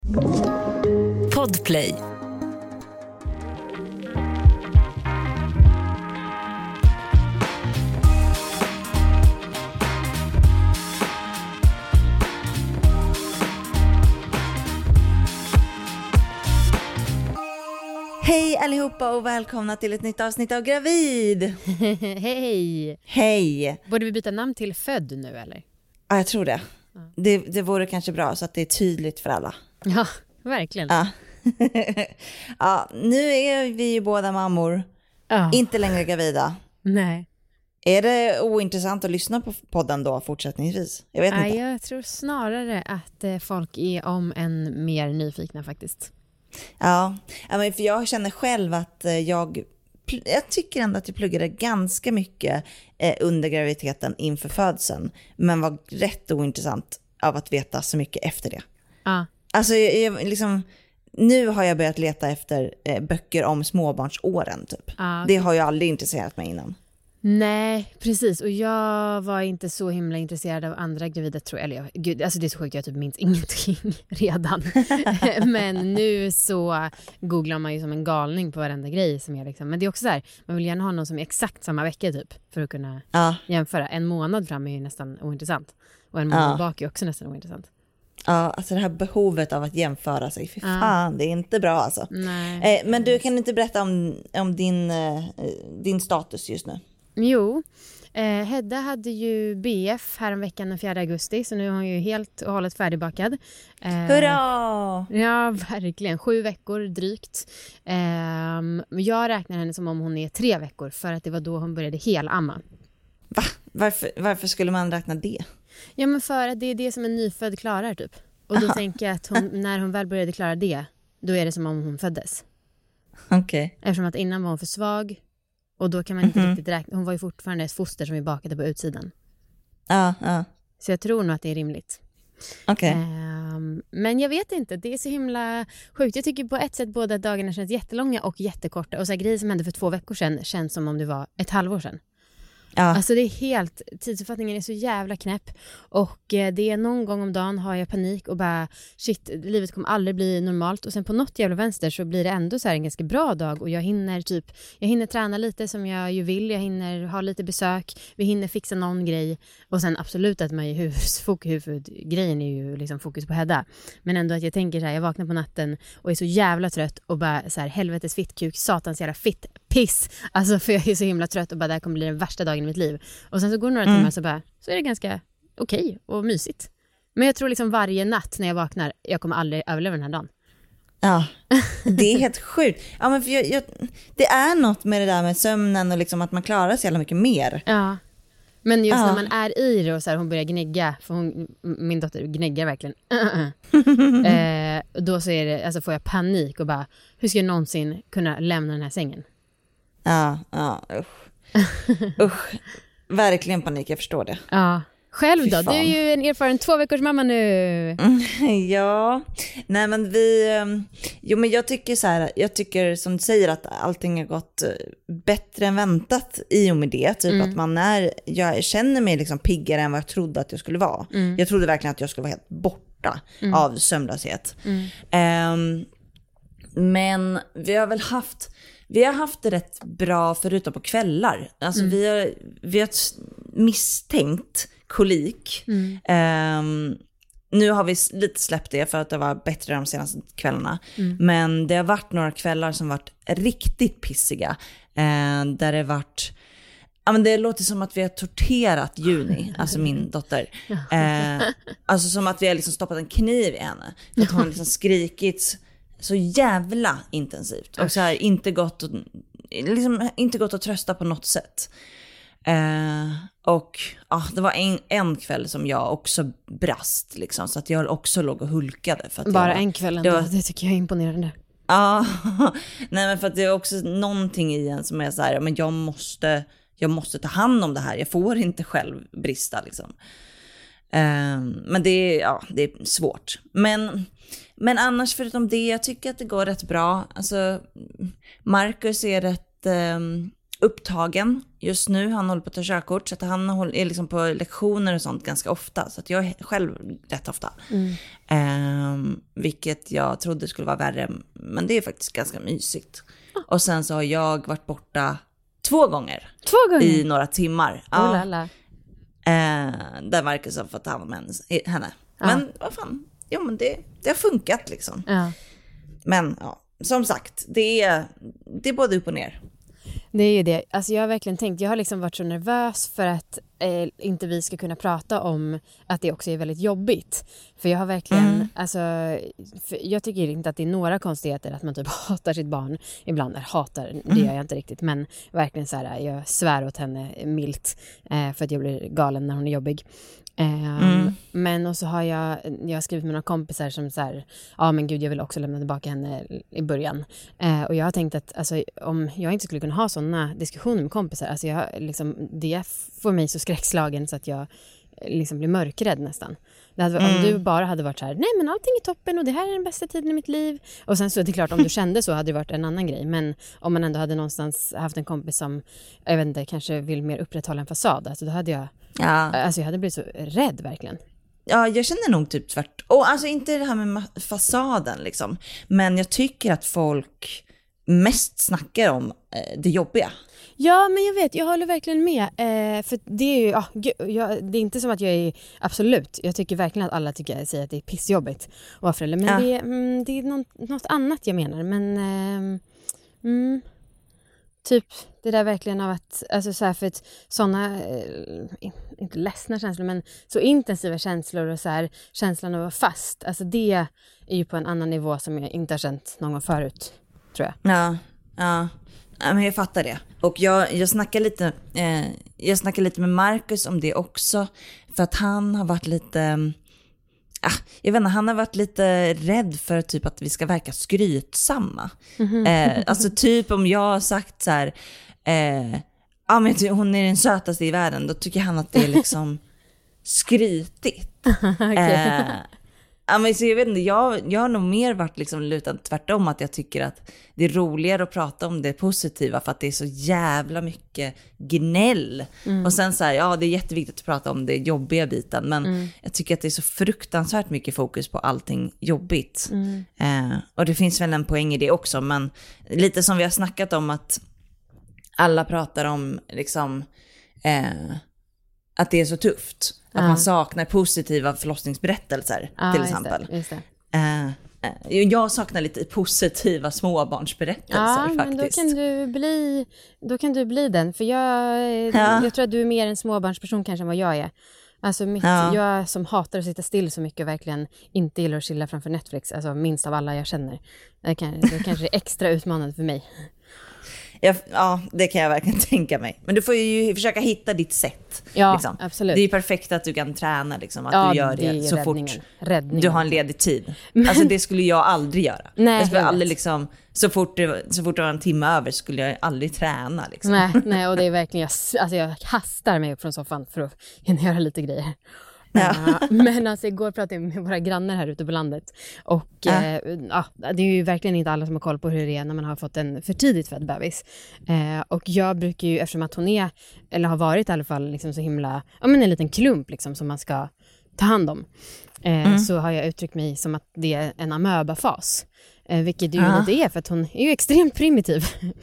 Podplay. Hej allihopa och välkomna till ett nytt avsnitt av Gravid. Hej. Hej. Borde vi byta namn till Född nu eller? Ja, jag tror det. Det vore kanske bra så att det är tydligt för alla. Ja, verkligen. Ja. Ja, nu är vi ju båda mammor. Ja. Inte längre gravida. Nej. Är det ointressant att lyssna på podden då fortsättningsvis? Jag vet inte. Jag tror snarare att folk är om än mer nyfikna faktiskt. Ja, men för jag känner själv att jag tycker ändå att jag pluggade ganska mycket under graviditeten inför födseln. Men var rätt ointressant av att veta så mycket efter det. Ja. Alltså liksom, nu har jag börjat leta efter böcker om småbarnsåren typ. Ja. Det har jag aldrig intresserat mig innan. Nej, precis. Och jag var inte så himla intresserad av andra gravida, tror jag. Eller gud, alltså det är så sjukt, jag typ minns ingenting redan. Men nu så googlar man ju som en galning på varenda grej som är liksom. Men det är också så här, man vill gärna ha någon som är exakt samma vecka typ. För att kunna jämföra. En månad fram är ju nästan ointressant. Och en månad bak är också nästan ointressant. Ja, alltså det här behovet av att jämföra sig. För fan, det är inte bra alltså. Nej. Men du kan inte berätta om din status just nu? Jo, Hedda hade ju BF här om veckan den 4 augusti. Så nu är hon ju helt och hållet färdigbakad. Hurra! Ja, verkligen. 7 veckor drygt. Jag räknar henne som om hon är 3 veckor. För att det var då hon började helamma. Va? Varför skulle man räkna det? Ja, men för att det är det som en nyfödd klarar typ. Och då tänker jag att när hon väl började klara det, då är det som om hon föddes. Okej. Eftersom att innan var hon för svag. Och då kan man inte riktigt räkna. Hon var ju fortfarande ett foster som är bakade på utsidan. Ja. Så jag tror nog att det är rimligt. Okej. Men jag vet inte, det är så himla sjukt. Jag tycker på ett sätt båda dagarna känns jättelånga och jättekorta. Och så här grejer som hände för 2 veckor sedan känns som om det var ett halvår sedan. Ja. Alltså det är helt, tidsuppfattningen är så jävla knäpp. Och det är någon gång om dagen har jag panik och bara shit, livet kommer aldrig bli normalt. Och sen på något jävla vänster så blir det ändå så här en ganska bra dag. Och jag hinner träna lite som jag ju vill. Jag hinner ha lite besök. Vi hinner fixa någon grej. Och sen absolut att man är huvudgrejen är ju liksom fokus på Hedda. Men ändå att jag tänker så här, jag vaknar på natten och är så jävla trött. Och bara så här, helvetes fittkuk, satans jävla piss. Alltså för jag är så himla trött och bara det här kommer bli den värsta dagen i mitt liv. Och sen så går några timmar så är det ganska okej och mysigt. Men jag tror liksom varje natt när jag vaknar, jag kommer aldrig överleva den här dagen. Ja, det är helt sjukt. Ja, men för det är något med det där med sömnen och liksom att man klarar sig jävla mycket mer. Ja. Men just när man är i det och så här, hon börjar gnägga, för min dotter gnäggar verkligen. Då så är det, alltså får jag panik och bara, hur ska jag någonsin kunna lämna den här sängen? Ja, usch. Verkligen panik, jag förstår det. Ja. Själv då? Du är ju en erfaren 2 veckors mamma nu. Ja, nej men men jag tycker så här, jag tycker som du säger att allting har gått bättre än väntat i och med det. Typ att jag känner mig liksom piggare än vad jag trodde att jag skulle vara. Jag trodde verkligen att jag skulle vara helt borta av sömnlöshet. Men vi har haft det rätt bra förutom på kvällar. Alltså vi har misstänkt kolik. Nu har vi lite släppt det för att det var bättre de senaste kvällarna. Men det har varit några kvällar som varit riktigt pissiga. Där det varit... Ja, men det låter som att vi har torterat Juni, alltså min dotter. Alltså som att vi har liksom stoppat en kniv i henne. För att hon har liksom skrikit så jävla intensivt. Och så här inte gått att trösta på något sätt. Och det var en kväll som jag också brast liksom, så att jag också låg och hulkade för att bara en kväll ändå, det tycker jag är imponerande. Ja, nej men för att det är också någonting i en som är så här, men jag måste ta hand om det här, jag får inte själv brista liksom. Men det är svårt. Men annars förutom det, jag tycker att det går rätt bra. Alltså Marcus är rätt upptagen just nu. Han håller på att ta körkort, så att han är liksom på lektioner och sånt ganska ofta. Så att jag är själv rätt ofta. Vilket jag trodde skulle vara värre, men det är faktiskt ganska mysigt. Och sen så har jag varit borta 2 gånger i några timmar. Där Marcus har fått ta hand om henne. Men vad fan, jo, men det har funkat liksom. Men ja, som sagt, det är både upp och ner. Det är ju det. Alltså jag har verkligen tänkt, jag har liksom varit så nervös för att inte vi ska kunna prata om att det också är väldigt jobbigt. För jag har verkligen, alltså, jag tycker inte att det är några konstigheter att man typ hatar sitt barn ibland. Eller hatar, det gör jag inte riktigt. Men verkligen så här, jag svär åt henne milt för att jag blir galen när hon är jobbig. Men och så har jag skrivit med några kompisar som så här, ja men gud, jag vill också lämna tillbaka henne i början. Och jag har tänkt att alltså, om jag inte skulle kunna ha sådana diskussioner med kompisar, alltså jag liksom, det får mig så skräckslagen så att jag liksom blir mörkrädd nästan. Det hade, om du bara hade varit så här, nej men allting är toppen och det här är den bästa tiden i mitt liv. Och sen så är det klart, om du kände så hade det varit en annan grej. Men om man ändå hade någonstans haft en kompis som, jag vet inte, kanske vill mer upprätthålla en fasad. Alltså då hade jag, alltså jag hade blivit så rädd verkligen. Ja, jag känner nog typ tvärt. Och alltså inte det här med fasaden liksom. Men jag tycker att folk mest snackar om det jobbiga. Ja, men jag vet, jag håller verkligen med. För det är ju, det är inte som att jag är, absolut. Jag tycker verkligen att alla säger att det är pissjobbigt att vara förälder. Men det är något annat jag menar. Men typ det där verkligen av att, alltså så här, för att sådana, inte ledsna känslor, men så intensiva känslor och så här, känslan av att vara fast. Alltså det är ju på en annan nivå som jag inte har känt någon gång förut, tror jag. Ja, men jag fattar det. Och jag snackar lite med Marcus om det också. För att han har varit lite, jag vet inte, han har varit lite rädd för typ att vi ska verka skrytsamma. Alltså typ om jag har sagt så här, men hon är den sötaste i världen, då tycker han att det är liksom skrytigt. Ja, men så jag vet inte, jag har nog mer varit liksom lutat tvärtom, att jag tycker att det är roligare att prata om det positiva för att det är så jävla mycket gnäll. Och sen så här, ja, det är jätteviktigt att prata om det jobbiga biten, men jag tycker att det är så fruktansvärt mycket fokus på allting jobbigt. Och det finns väl en poäng i det också, men lite som vi har snackat om, att alla pratar om liksom att det är så tufft. Att man saknar positiva förlossningsberättelser till exempel. Just det. Jag saknar lite positiva småbarnsberättelser faktiskt. Men då kan du bli den. För jag tror att du är mer en småbarnsperson kanske än vad jag är. Alltså jag som hatar att sitta still så mycket och verkligen inte gillar att chilla framför Netflix. Alltså minst av alla jag känner. Då kanske det är extra utmanande för mig. Ja, det kan jag verkligen tänka mig. Men du får ju försöka hitta ditt sätt. Ja, liksom. Absolut. Det är ju perfekt att du kan träna liksom, att du gör det så fort du har en ledig tid. Alltså det skulle jag aldrig göra. Nej, jag skulle aldrig liksom, så fort det var en timme över skulle jag aldrig träna liksom. Nej, och det är verkligen, jag hastar mig upp från soffan för att göra lite grejer. Men alltså igår pratade jag med våra grannar här ute på landet. Och det är ju verkligen inte alla som har koll på hur det är när man har fått en för tidigt född bebis. Och jag brukar ju, eftersom att hon är, eller har varit i alla fall liksom så himla, en liten klump liksom som man ska ta hand om. Så har jag uttryckt mig som att det är en amöbafas. Vilket det ju inte är, för att hon är ju extremt primitiv.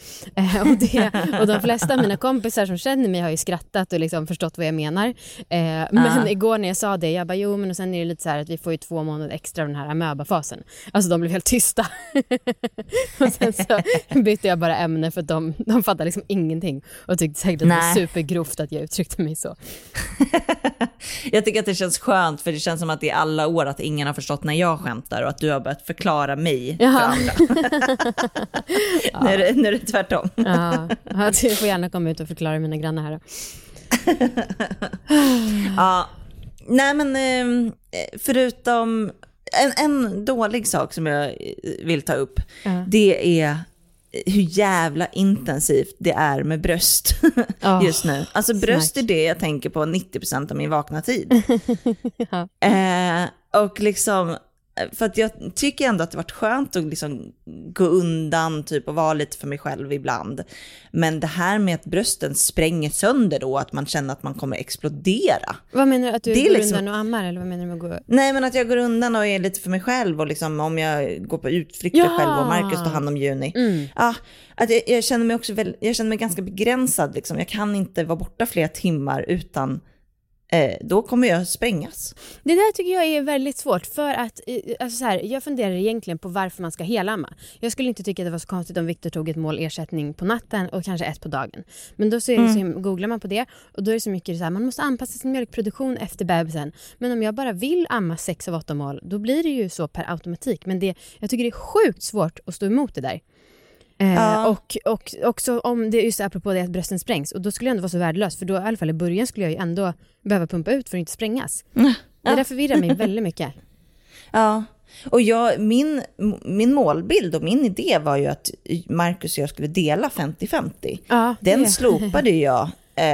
Och de flesta av mina kompisar som känner mig har ju skrattat och liksom förstått vad jag menar. Men igår när jag sa det, jag bara, jo men och sen är det lite så här att vi får ju 2 månader extra av den här amöbafasen. Alltså de blev helt tysta. Och sen så bytte jag bara ämne för att de fattar liksom ingenting. Och tyckte säkert att det var supergrovt att jag uttryckte mig så. Jag tycker att det känns skönt, för det känns som att det är alla år att ingen har förstått när jag skämtar och att du har börjat förklara mig för andra. Nu är det tvärtom. Du får gärna komma ut och förklara mina grannar här. Nej men förutom en dålig sak som jag vill ta upp, det är hur jävla intensivt det är med bröst just nu. Alltså bröst är det jag tänker på 90% av min vakna tid. Och liksom för att jag tycker ändå att det varit skönt att liksom gå undan typ och vara lite för mig själv ibland. Men det här med att brösten spränger sönder då, att man känner att man kommer explodera. Vad menar du? Att du det går liksom... undan och ammar? Eller vad menar du med att gå? Nej, men att jag går undan och är lite för mig själv. Och liksom om jag går på utflykter själv och Marcus tar hand om Juni. Ja, att jag känner mig också jag känner mig ganska begränsad. Liksom. Jag kan inte vara borta flera timmar utan... då kommer jag sprängas. Det där tycker jag är väldigt svårt för att alltså så här, jag funderar egentligen på varför man ska helamma. Jag skulle inte tycka att det var så konstigt om Victor tog ett mål ersättning på natten och kanske ett på dagen. Men då så är det så, googlar man på det och då är det så mycket så här, man måste anpassa sin mjölkproduktion efter bebisen. Men om jag bara vill amma 6 av 8 mål, då blir det ju så per automatik. Men jag tycker det är sjukt svårt att stå emot det där. Och också om det just apropå det att brösten sprängs, och då skulle jag ändå vara så värdelös, för då i alla fall i början skulle jag ju ändå behöva pumpa ut för att inte sprängas. Det där förvirrar mig väldigt mycket. Ja, och min målbild och min idé var ju att Marcus och jag skulle dela 50-50. Ja, den slopade jag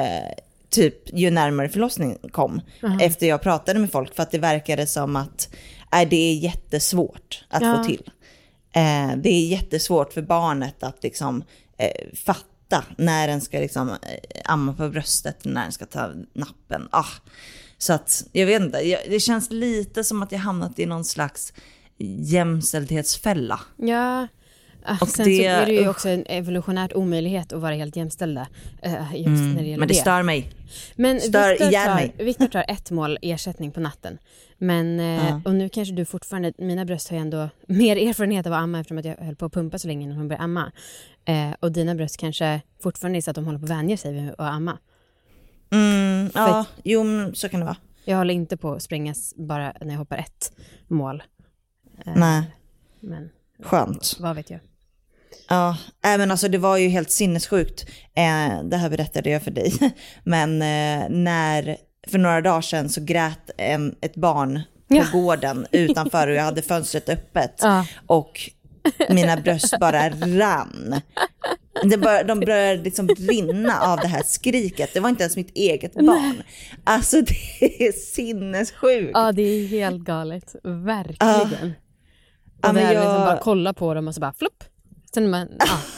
typ ju närmare förlossningen kom, efter jag pratade med folk, för att det verkade som att det är jättesvårt att få till. Det är jättesvårt för barnet att liksom fatta när den ska liksom amma på bröstet, när den ska ta nappen. Så att jag vet inte, det känns lite som att jag hamnat i någon slags jämställdhetsfälla. Ja. Och sen så är det ju också en evolutionärt omöjlighet att vara helt jämställda just när det gäller men det stör mig. Men Victor Victor tar 1 mål ersättning på natten. Men, och nu kanske du fortfarande, mina bröst har ju ändå mer erfarenhet av att amma eftersom att jag höll på att pumpa så länge innan hon började amma. Och dina bröst kanske fortfarande är så att de håller på att vänja sig vid att amma. Ja, jo, så kan det vara. Jag håller inte på att sprängas bara när jag hoppar 1 mål. Nej, men skönt. Vad vet jag? Ja, men alltså det var ju helt sinnessjukt. Det här berättade jag för dig. Men för några dagar sedan så grät ett barn på gården utanför och jag hade fönstret öppet. Och mina bröst bara rann. De började liksom rinna av det här skriket. Det var inte ens mitt eget barn. Alltså det är sinnessjukt. Ja, det är helt galet. Verkligen. Och det här liksom bara kolla på dem och så bara flopp. Sen man,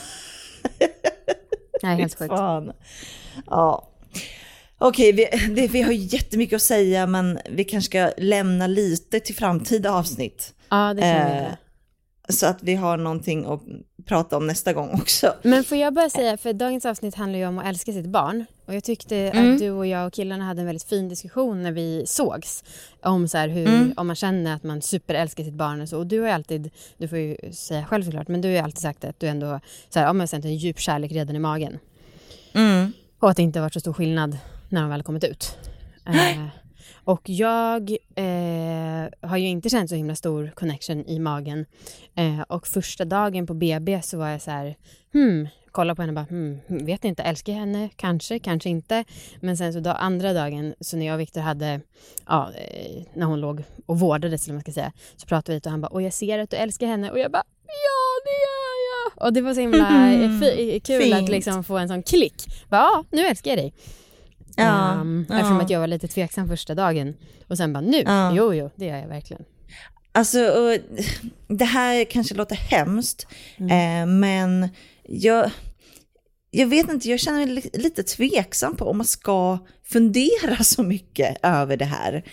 Nej, helt sjukt. Ja. Okej, vi har ju jättemycket att säga, men vi kanske ska lämna lite till framtida avsnitt. Ja, det kan vi göra. Så att vi har någonting att prata om nästa gång också. Men får jag bara säga, för dagens avsnitt handlar ju om att älska sitt barn. Och jag tyckte att du och jag och killarna hade en väldigt fin diskussion när vi sågs. Om så här hur, om man känner att man superälskar sitt barn och så. Och du har ju alltid, du får ju säga själv såklart, men du har ju alltid sagt att du ändå så här, har känt en djup kärlek redan i magen. Och att det inte har varit så stor skillnad när de väl har kommit ut. Och jag har ju inte känt så himla stor connection i magen. Och första dagen på BB så var jag så här, kolla på henne och bara, vet inte, älskar jag henne? Kanske inte. Men sen så andra dagen, så när jag och Victor hade, när hon låg och vårdades, eller man ska säga, så pratade vi och han bara, och jag ser att du älskar henne. Och jag bara, ja det gör jag. Och det var så himla kul Fint. att liksom få en sån klick. Bara, nu älskar jag dig. Eftersom att jag var lite tveksam första dagen. Och sen bara, nu, jo, det gör jag verkligen. Alltså, det här kanske låter hemskt, men jag vet inte, jag känner mig lite tveksam på om man ska fundera så mycket över det här.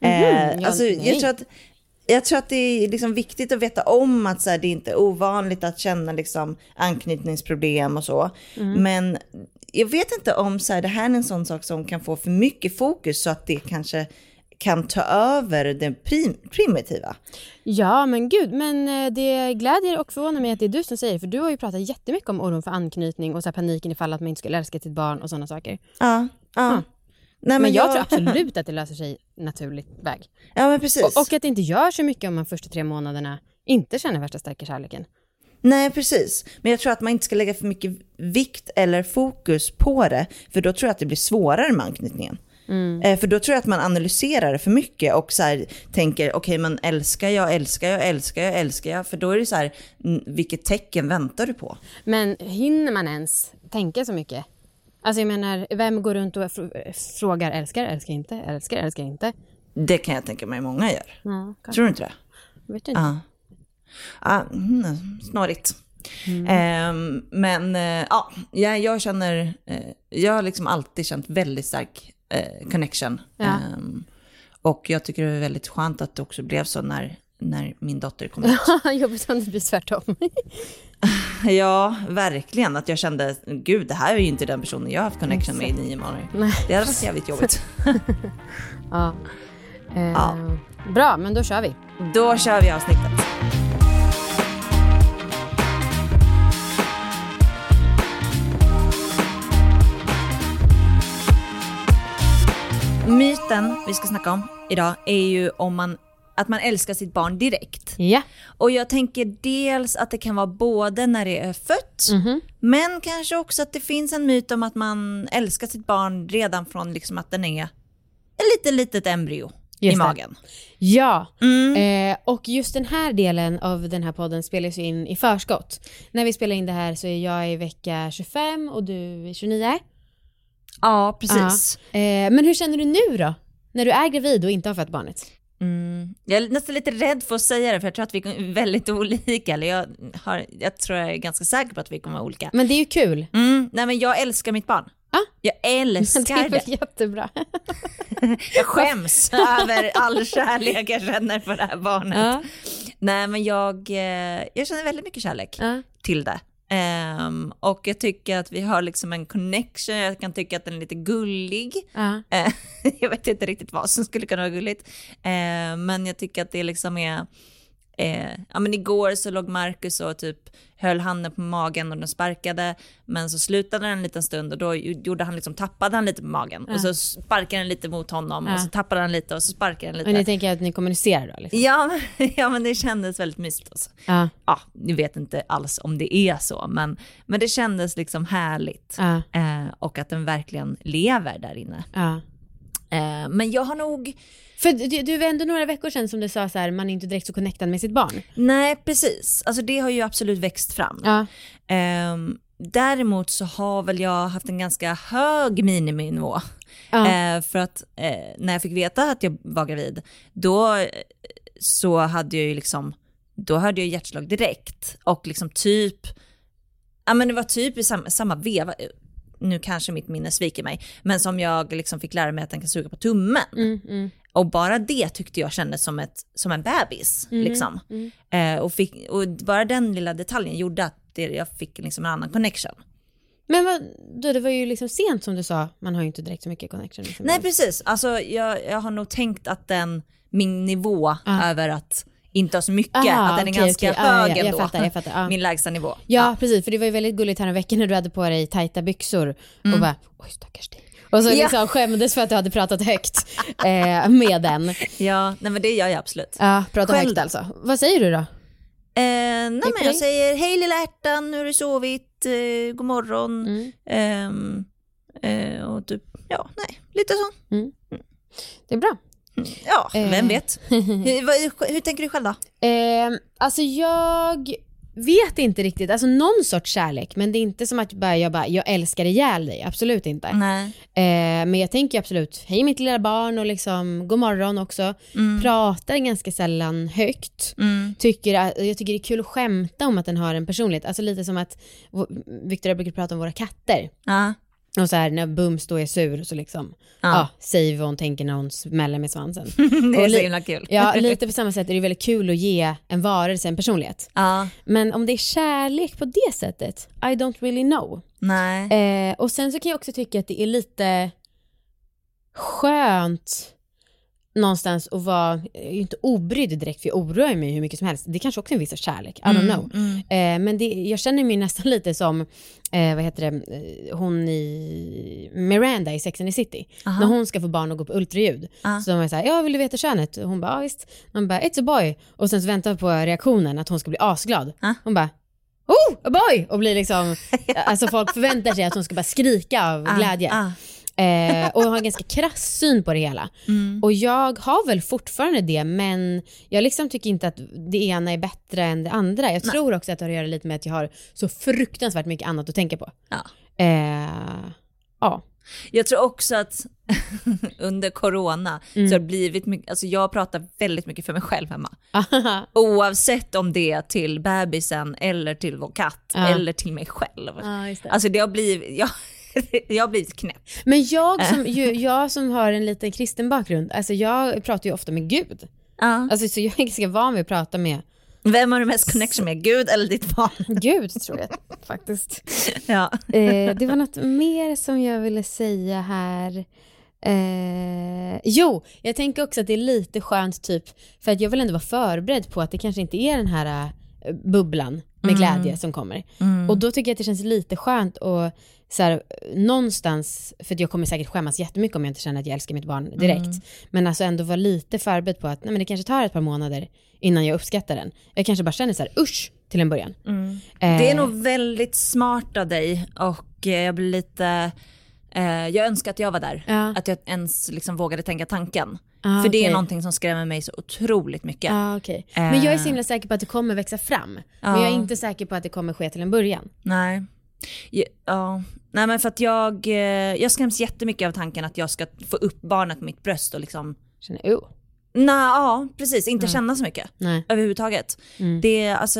Jag tror att det är liksom viktigt att veta om att så här, det är inte ovanligt att känna liksom anknytningsproblem och så. Men jag vet inte om så här, det här är en sån sak som kan få för mycket fokus så att det kanske kan ta över det primitiva. Ja, men gud, men det glädjer och förvånar mig att det är du som säger, för du har ju pratat jättemycket om oron för anknytning och så här paniken ifall att man inte skulle älska sitt barn och sådana saker. Ja. Nej, men jag tror absolut att det löser sig naturligt väg. Ja, men precis. Och att det inte gör så mycket om man första 3 månaderna inte känner värsta starka kärleken. Nej, precis. Men jag tror att man inte ska lägga för mycket vikt eller fokus på det, för då tror jag att det blir svårare med anknytningen. För då tror jag att man analyserar det för mycket och så här tänker, okej, men älskar jag, för då är det så här, vilket tecken väntar du på? Men hinner man ens tänka så mycket? Alltså jag menar, vem går runt och frågar älskar inte? Det kan jag tänka mig många gör. Ja, tror du inte det? vet du inte. Snarigt. Men jag känner, jag har liksom alltid känt väldigt stark connection. Och jag tycker det är väldigt skönt att det också blev så när min dotter kom ut. Jobbigt om det blir tvärtom. Ja, verkligen. Att jag kände, gud, det här är ju inte den personen jag har haft connection med i 9 månader. Nej. Det hade varit jävligt jobbigt. Bra, men då kör vi. Då kör vi avsnittet. Myten vi ska snacka om idag är ju att man älskar sitt barn direkt. Ja. Och jag tänker dels att det kan vara både när det är fött, men kanske också att det finns en myt om att man älskar sitt barn redan från liksom att den är ett litet embryo i magen. Ja, och just den här delen av den här podden spelas in i förskott. När vi spelar in det här så är jag i vecka 25 och du är 29. Ja, precis. Men hur känner du nu då? När du är gravid och inte har fått barnet? Jag är nästan lite rädd för att säga det, för jag tror att vi är väldigt olika. Eller jag tror jag är ganska säker på att vi kommer vara olika. Men det är ju kul. Nej, men jag älskar mitt barn. Jag älskar det. Det är väl jättebra. Jag skäms över all kärlek jag känner för det här barnet. Nej, men jag känner väldigt mycket kärlek till det. Och jag tycker att vi har liksom en connection. Jag kan tycka att den är lite gullig. Jag vet inte riktigt vad som skulle kunna vara gulligt, men jag tycker att det liksom är men igår så låg Marcus och typ höll handen på magen och den sparkade, men så slutade den en liten stund och då tappade han lite på magen och så sparkade den lite mot honom och så tappade han lite och så sparkade den lite. Och ni tänker att ni kommunicerar då? Liksom. Ja, men det kändes väldigt mysigt alltså. Ni vet inte alls om det är så, men det kändes liksom härligt. Och att den verkligen lever där inne. Men jag har nog... För du var ändå några veckor sedan som du sa så här, man är inte direkt så connectad med sitt barn. Nej, precis. Alltså det har ju absolut växt fram. Däremot så har väl jag haft en ganska hög miniminivå. För att när jag fick veta att jag var gravid, då så hade jag ju liksom, då hörde jag hjärtslag direkt. Och liksom typ, men det var typ i samma veva. Nu kanske mitt minne sviker mig, men som jag liksom fick lära mig att den kan suga på tummen. Och bara det tyckte jag kändes som en bebis liksom. Och bara den lilla detaljen gjorde att jag fick liksom en annan connection. Men det var ju liksom sent som du sa, man har ju inte direkt så mycket connection. Liksom. Nej, precis. Alltså jag har nog tänkt att min nivå över att inte ha så mycket, att den är ganska hög ändå. Jag fattar. Min lägsta nivå. Ja, precis, för det var ju väldigt gulligt här en vecka när du hade på dig tajta byxor och bara, oj stackars dig. Och så liksom skämdes för att du hade pratat högt med den. Ja, nej men det gör jag absolut. Prata högt alltså. Vad säger du då? Men jag säger hej lilla ärtan, hur har du sovit? God morgon. Och typ, lite så. Det är bra. Ja, vem vet? Hur tänker du själv då? Alltså jag vet inte riktigt, alltså någon sorts kärlek, men det är inte som att jag älskar ihjäl dig, absolut inte. Nej. Men jag tänker absolut hej mitt lilla barn och liksom god morgon också. Pratar ganska sällan högt. Jag tycker det är kul att skämta om att den har en personlighet, alltså lite som att Victoria brukar prata om våra katter. Och så här, när Bums då är sur så liksom säger vad hon tänker när hon smäller med svansen. Det är så himla kul. Ja, lite på samma sätt är det väldigt kul att ge en varelse en personlighet. Men om det är kärlek på det sättet, I don't really know. Nej. Och sen så kan jag också tycka att det är lite skönt någonstans att vara inte obrydd direkt, för jag oroar mig hur mycket som helst. Det är kanske också en viss kärlek, I don't know. Men jag känner mig nästan lite som hon i Miranda i Sex and the City. När hon ska få barn och gå på ultraljud. Så de är så här, vill du veta könet? Och hon bara, visst. Hon bara, it's a boy. Och sen så väntar vi på reaktionen att hon ska bli asglad. Hon bara, oh, a boy! Och blir liksom, alltså folk förväntar sig att hon ska bara skrika av glädje. Och har en ganska krass syn på det hela. Och jag har väl fortfarande det, men jag liksom tycker inte att det ena är bättre än det andra. Jag tror också att det har att göra lite med att jag har så fruktansvärt mycket annat att tänka på. Jag tror också att under corona så har det blivit mycket, alltså jag pratar väldigt mycket för mig själv hemma. Oavsett om det är till bebisen eller till vår katt eller till mig själv. Just det. Alltså det har blivit, jag har blivit knäpp. Men jag som har en liten kristen bakgrund, alltså jag pratar ju ofta med Gud. Alltså så jag är ganska van vid att prata med. Vem har du mest connection med, Gud eller ditt barn? Gud tror jag faktiskt. Ja. Det var något mer som jag ville säga här. Jo, jag tänker också att det är lite skönt typ, för att jag vill ändå vara förberedd på att det kanske inte är den här bubblan med glädje som kommer. Och då tycker jag att det känns lite skönt och så här, någonstans, för att jag kommer säkert skämmas jättemycket om jag inte känner att jag älskar mitt barn direkt. Men alltså ändå vara lite förberedd på att nej, men det kanske tar ett par månader innan jag uppskattar den. Jag kanske bara känner så här, usch till en början. Det är nog väldigt smart av dig och jag blir lite... jag önskar att jag var där. Att jag ens liksom vågade tänka tanken. För det är någonting som skrämmer mig så otroligt mycket. Men jag är så himla säker på att det kommer växa fram. Men jag är inte säker på att det kommer ske till en början. Nej. Nej, men för att jag skräms jättemycket av tanken att jag ska få upp barnet på mitt bröst och liksom... Nej, precis. Inte känna så mycket. Överhuvudtaget. Det är alltså...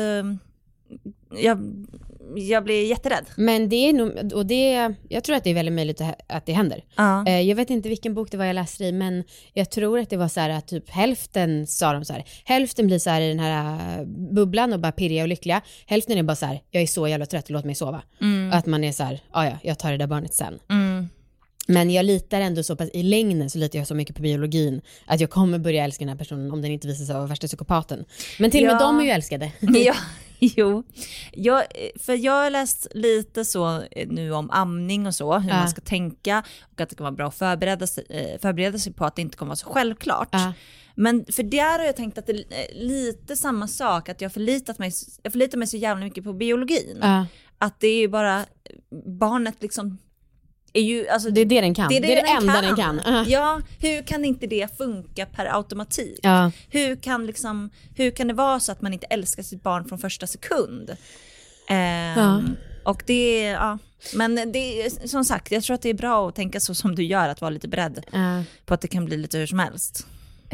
Jag blir jätterädd. Men det är nog, och jag tror att det är väldigt möjligt att det händer. Jag vet inte vilken bok det var jag läste i, men jag tror att det var så här att typ hälften sa de så här. Hälften blir så här i den här bubblan och bara pirriga och lyckliga. Hälften är bara så här, jag är så jävla trött, låt mig sova. Och att man är så här, jag tar det där barnet sen. Men jag litar ändå så pass, i längden så litar jag så mycket på biologin att jag kommer börja älska den här personen om den inte visar sig vara värsta psykopaten. Men till och med de är ju älskade. Jo. För jag har läst lite så nu om amning och så, hur man ska tänka och att det kan vara bra att förbereda sig på att det inte kommer vara så självklart. Men för där har jag tänkt att det är lite samma sak, att jag förlitar mig så jävla mycket på biologin. Att det är ju bara barnet liksom är ju, alltså, det är det den kan. Det är det enda den kan. Ja, hur kan inte det funka per automatik? Hur kan det vara så att man inte älskar sitt barn från första sekund? Och det men det är, som sagt, jag tror att det är bra att tänka så som du gör, att vara lite beredd på att det kan bli lite hur som helst.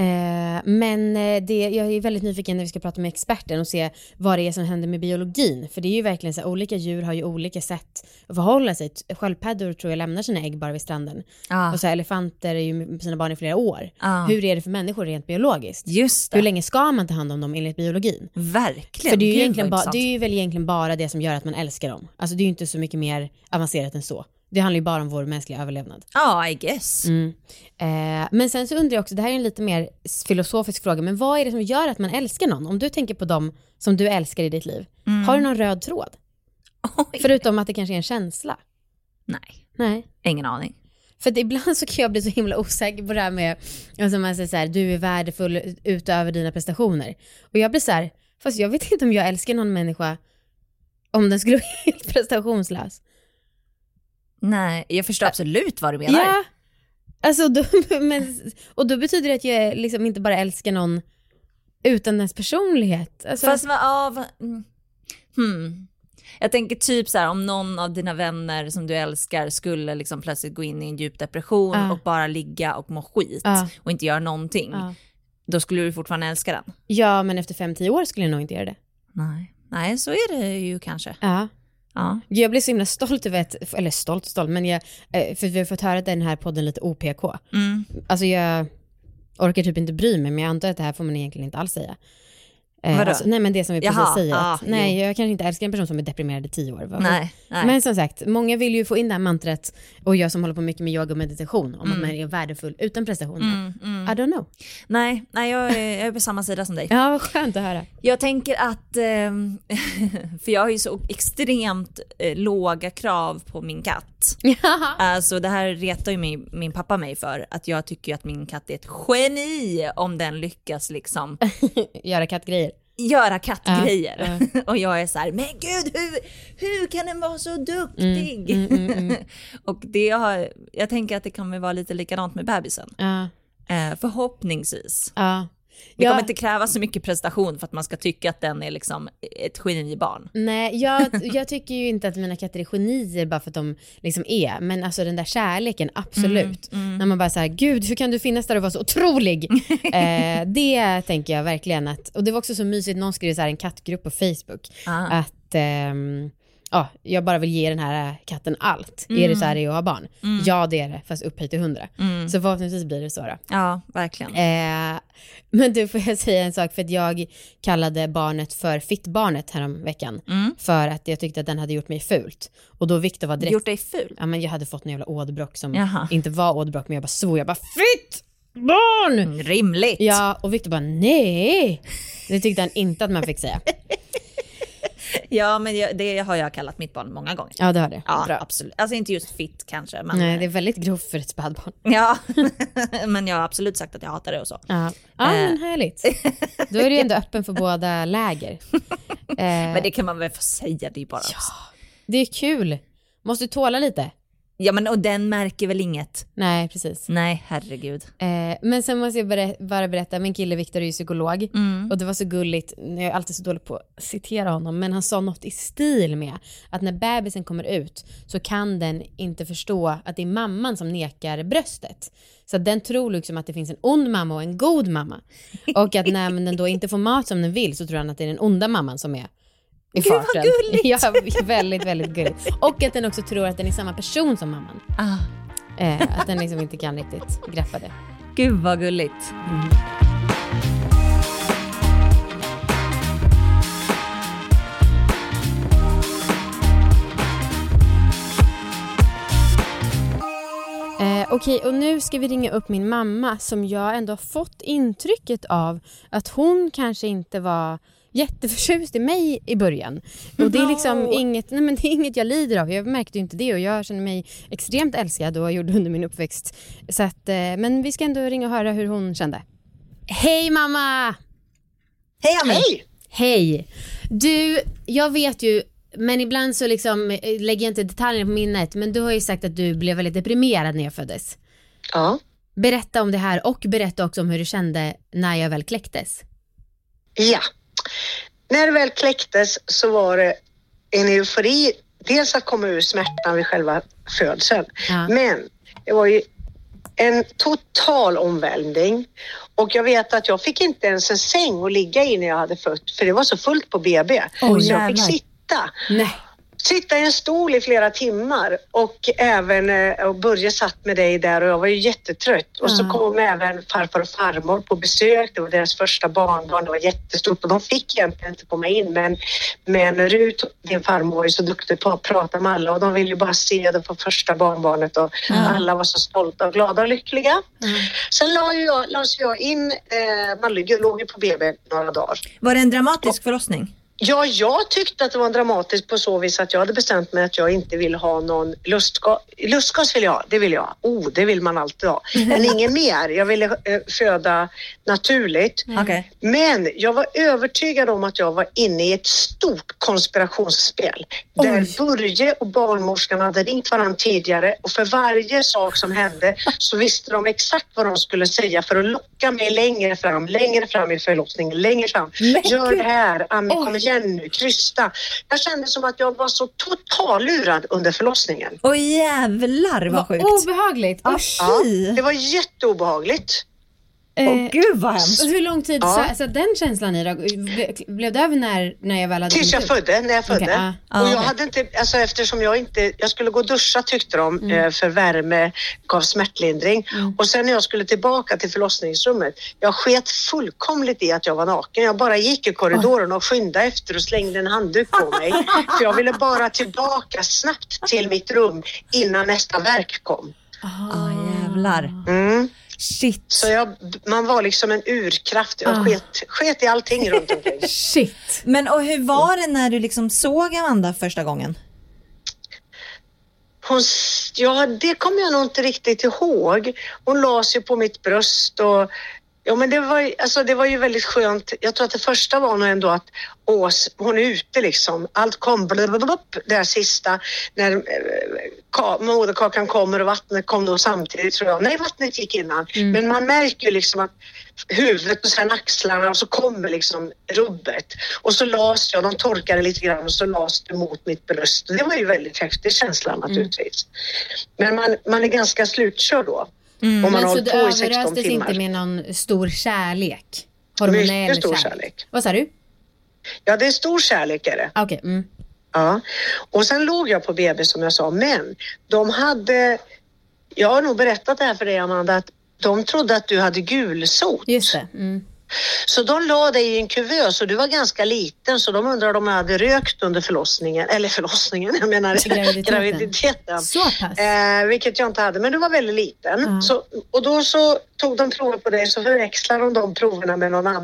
Men jag är väldigt nyfiken när vi ska prata med experten och se vad det är som händer med biologin. För det är ju verkligen så här, olika djur har ju olika sätt att förhålla sig. Sköldpaddor tror jag lämnar sina ägg bara vid stranden. Och så här, elefanter är ju med sina barn i flera år. Hur är det för människor rent biologiskt? Just det. Hur länge ska man ta hand om dem enligt biologin? Verkligen. För det är ju det är ju väl egentligen bara det som gör att man älskar dem. Alltså det är ju inte så mycket mer avancerat än så. Det handlar ju bara om vår mänskliga överlevnad. I guess. Men sen så undrar jag också, det här är en lite mer filosofisk fråga, men vad är det som gör att man älskar någon? Om du tänker på dem som du älskar i ditt liv, har du någon röd tråd? Förutom att det kanske är en känsla. Nej. Ingen aning. För att ibland så kan jag bli så himla osäker på det här med, alltså man säger så här, du är värdefull utöver dina prestationer. Och jag blir så här, fast jag vet inte om jag älskar någon människa om den skulle vara helt prestationslös. Nej, jag förstår absolut vad du menar. Ja, alltså och då betyder det att jag liksom inte bara älskar någon utan dess personlighet. Alltså, fast jag tänker typ så här, om någon av dina vänner som du älskar skulle liksom plötsligt gå in i en djup depression och bara ligga och må skit och inte göra någonting. Då skulle du fortfarande älska den. Ja, men efter 5-10 år skulle jag nog inte göra det. Nej, så är det ju kanske. Ja. Jag blir så himla stolt över eller stolt, men för vi har fått höra den här podden lite OPK. Alltså jag orkar typ inte bry mig, men jag antar att det här får man egentligen inte alls säga. Alltså, nej, men det som vi precis säger att, nej, jag kanske inte älskar en person som är deprimerad i 10 år. Nej. Men som sagt, många vill ju få in det här mantrat, och jag som håller på mycket med yoga och meditation om att man är värdefull utan prestationer. I don't know. Nej, jag är på samma sida som dig. Ja, vad skönt att höra. Jag tänker att för jag har ju så extremt låga krav på min katt. Alltså det här retar ju min pappa mig för, att jag tycker att min katt är ett geni om den lyckas liksom göra kattgrejer. Och jag är så här, men gud, hur kan den vara så duktig? Och jag tänker att det kan väl vara lite likadant med bebisen. Förhoppningsvis. Det kommer inte kräva så mycket prestation för att man ska tycka att den är liksom ett genibarn. Nej, jag tycker ju inte att mina katter är genier bara för att de liksom är. Men alltså den där kärleken, absolut. När man bara så här, gud, hur kan du finnas där och vara så otrolig? Det tänker jag verkligen att... Och det var också så mysigt, någon skrev så här en kattgrupp på Facebook. Att... jag bara vill ge den här katten allt. Är det så här det är att ha barn? Ja, det är det, fast upphöjt till 100. Så förhoppningsvis blir det så då. Ja, verkligen. Men du, får jag säga en sak, för att jag kallade barnet för fittbarnet härom veckan. För att jag tyckte att den hade gjort mig fult. Och då Victor var direkt... Gjort dig ful? Ja, men jag hade fått en jävla åderbråck som inte var åderbråck, men jag bara svor, jag bara fitt! Barn! Rimligt. Ja, och Victor bara nej. Det tyckte han inte att man fick säga. Ja, men det har jag kallat mitt barn många gånger. Ja, det har det. Ja, bra. Absolut. Alltså inte just fit kanske. Men... Nej, det är väldigt grovt för ett spädbarn. Ja, men jag har absolut sagt att jag hatar det och så. Ja, men härligt. Då är det ju ändå öppen för båda läger. Men det kan man väl få säga, det är bara... Ja, det är kul. Måste tåla lite. Ja, men och den märker väl inget? Nej, precis. Nej, herregud. Men sen måste jag bara berätta, min kille Victor är ju psykolog. Och det var så gulligt, jag är alltid så dålig på att citera honom, men han sa något i stil med att när bebisen kommer ut så kan den inte förstå att det är mamman som nekar bröstet. Så den tror liksom att det finns en ond mamma och en god mamma. Och att när den då inte får mat som den vill så tror han att det är den onda mamman som är i farten. Gud, vad gulligt. Ja, väldigt, väldigt gulligt. Och att den också tror att den är samma person som mamman. Att den liksom inte kan riktigt greppa det. Gud vad gulligt. Okej, och nu ska vi ringa upp min mamma som jag ändå har fått intrycket av att hon kanske inte var jätteförtjust i mig i början. Och det är liksom inget jag lider av. Jag märkte ju inte det och jag känner mig extremt älskad och gjorde under min uppväxt. Så att, men vi ska ändå ringa och höra hur hon kände. Hej mamma! Hej Ami! Hej! Du, jag vet ju, men ibland så liksom lägger jag inte detaljer på minnet, men du har ju sagt att du blev väldigt deprimerad när jag föddes. Ja. Berätta om det här och berätta också om hur du kände när jag väl kläcktes. Ja. När det väl kläcktes så var det en eufori. Dels att komma ur smärtan vid själva födseln. Ja. Men det var ju en total omvälvning. Och jag vet att jag fick inte ens en säng att ligga i när jag hade fött. För det var så fullt på BB. Så jag fick sitta. Nej. Sitta i en stol i flera timmar och även och Börje satt med dig där och jag var ju jättetrött. Och så kom även farfar och farmor på besök. Det var deras första barnbarn, det var jättestort och de fick egentligen inte komma in. Men Rut, din farmor, var ju så duktig på att prata med alla och de ville ju bara se det på första barnbarnet och alla var så stolta och glada och lyckliga. Sen lades jag in, man låg ju på BB några dagar. Var det en dramatisk förlossning? Ja, jag tyckte att det var dramatiskt på så vis att jag hade bestämt mig att jag inte vill ha någon lustgas vill jag ha, det vill jag. Det vill man alltid ha. Men inget mer. Jag ville föda naturligt. Okay. Men jag var övertygad om att jag var inne i ett stort konspirationsspel. Där Börje och barnmorskan hade ringt varandra tidigare och för varje sak som hände så visste de exakt vad de skulle säga för att locka mig längre fram i förlossningen, längre fram. Gör det här, Annie, kom igen nu, krysta. Jag kände som att jag var så totalurad under förlossningen. Åh jävlar vad sjukt. Obehagligt. Ja, det var jätteobehagligt. Gud vad hemskt. Hur lång tid så den känslan i då? Blev det över när jag väl hade tills jag födde, när jag födde. Okay, och jag hade inte, alltså eftersom jag skulle gå och duscha tyckte de för värme gav smärtlindring. Och sen när jag skulle tillbaka till förlossningsrummet, jag sket fullkomligt i att jag var naken. Jag bara gick i korridoren och skyndade efter och slängde en handduk på mig. För jag ville bara tillbaka snabbt till mitt rum innan nästa verk kom. Jävlar. Shit. Så man var liksom en urkraft. Jag sket i allting runt omkring. Shit. Men och hur var det när du liksom såg Amanda första gången? Det kommer jag nog inte riktigt ihåg. Hon la sig på mitt bröst och Ja, men det var ju väldigt skönt. Jag tror att det första var nog ändå att hon är ute liksom. Allt kom där sista när moderkakan kommer och vattnet kom då samtidigt, tror jag. Nej, vattnet gick innan. Men man märker ju liksom att huvudet och sen axlarna och så kommer liksom rubbet. Och så las jag, de torkade lite grann och så las det mot mitt bröst. Det var ju väldigt häftig känsla naturligtvis. Men man är ganska slutkörd då. Men så det överröstes inte med någon stor kärlek? Mycket stor kärlek. Vad sa du? Ja, det är stor kärlek är det. Okej. Ja, och sen låg jag på BB som jag sa, men jag har nog berättat det här för dig, Amanda, att de trodde att du hade gulsot. Just det. Så de la dig i en kuvös och du var ganska liten, så de undrade om jag hade rökt under förlossningen, jag menar graviditeten. Så pass. Vilket jag inte hade, men du var väldigt liten. Och då så tog de prover på dig, så förväxlade de proverna med något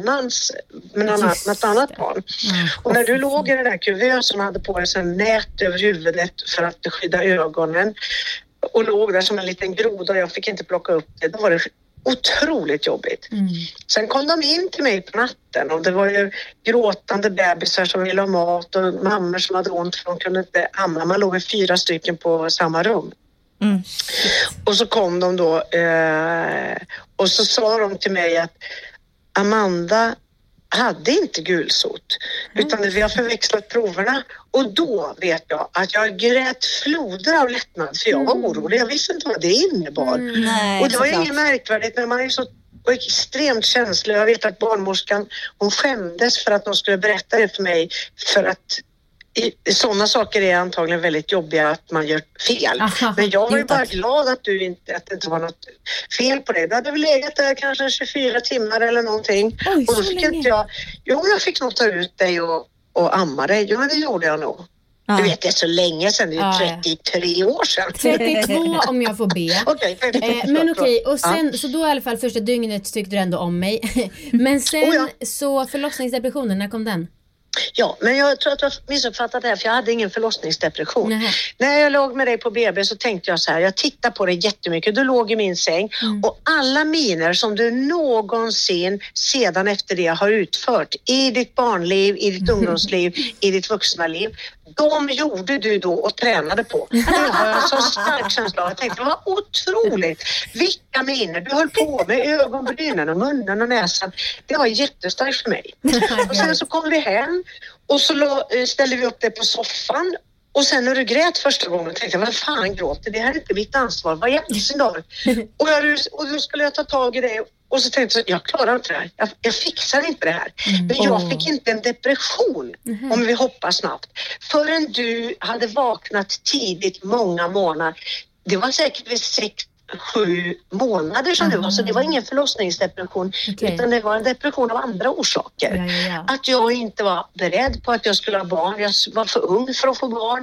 annat barn. Och när du låg i den där kuvösen och hade på dig en nät över huvudet för att skydda ögonen och låg där som en liten groda och jag fick inte plocka upp det, då var det otroligt jobbigt. Sen kom de in till mig på natten och det var ju gråtande bebisar som ville ha mat och mammor som hade ont för de kunde inte amma. Man låg 4 stycken på samma rum. Och så kom de då och så sa de till mig att Amanda hade inte gulsot utan vi har förväxlat proverna, och då vet jag att jag grät floder av lättnad för jag var orolig, jag visste inte vad det innebar. Och det var inget märkvärdigt, men man är så extremt känslig. Jag vet att barnmorskan, hon skämdes för att de skulle berätta det för mig, för att sådana saker är antagligen väldigt jobbiga att man gör fel. Men jag var ju bara glad att det inte var något fel på det. Du hade väl legat där kanske 24 timmar eller någonting. Oj, och då fick jag fick nog ta ut dig och amma dig. Ja, men det gjorde jag nog. Du vet, det är så länge sedan, det är 33 år sedan. 32 om jag får be. Okay, men okej, och sen så då i alla fall första dygnet tyckte du ändå om mig. Men sen så förlossningsdepressionen, när kom den? Ja, men jag tror att du har missuppfattat det här, för jag hade ingen förlossningsdepression. Nähe. När jag låg med dig på BB så tänkte jag så här, jag tittar på dig jättemycket. Du låg i min säng och alla miner som du någonsin sedan efter det har utfört i ditt barnliv, i ditt ungdomsliv, i ditt vuxna liv, de gjorde du då och tränade på. Det var en så stark känsla. Jag tänkte, det var otroligt. Vilka miner. Du höll på med ögonbrynen och munnen och näsan. Det var jättestarkt för mig. Och sen så kom vi hem och så ställde vi upp det på soffan. Och sen när du grät första gången tänkte jag, vad fan gråter? Det här är inte mitt ansvar. Vad jättesyn då? Och då skulle jag ta tag i det. Och så tänkte jag klarar inte det här. Jag fixar inte det här. Men jag fick inte en depression, om vi hoppar snabbt. Förrän du hade vaknat tidigt många månader. Det var säkert vid 6-7 månader som det var. Så det var ingen förlossningsdepression. Utan det var en depression av andra orsaker. Att jag inte var beredd på att jag skulle ha barn. Jag var för ung för att få barn.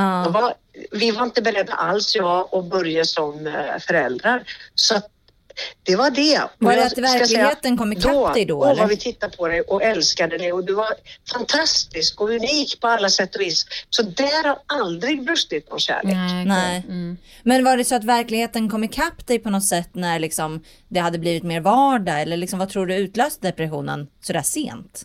Vi var inte beredda alls, jag och Börje, som föräldrar. Så att det var det. Var det att verkligheten kom ikapp dig då? Eller? Vad vi tittade på dig och älskade dig, och du var fantastisk och unik på alla sätt och vis. Så där har aldrig brustit någon kärlek. Nej. Men var det så att verkligheten kom ikapp dig på något sätt när liksom det hade blivit mer vardag? Eller liksom, vad tror du utlöste depressionen så där sent?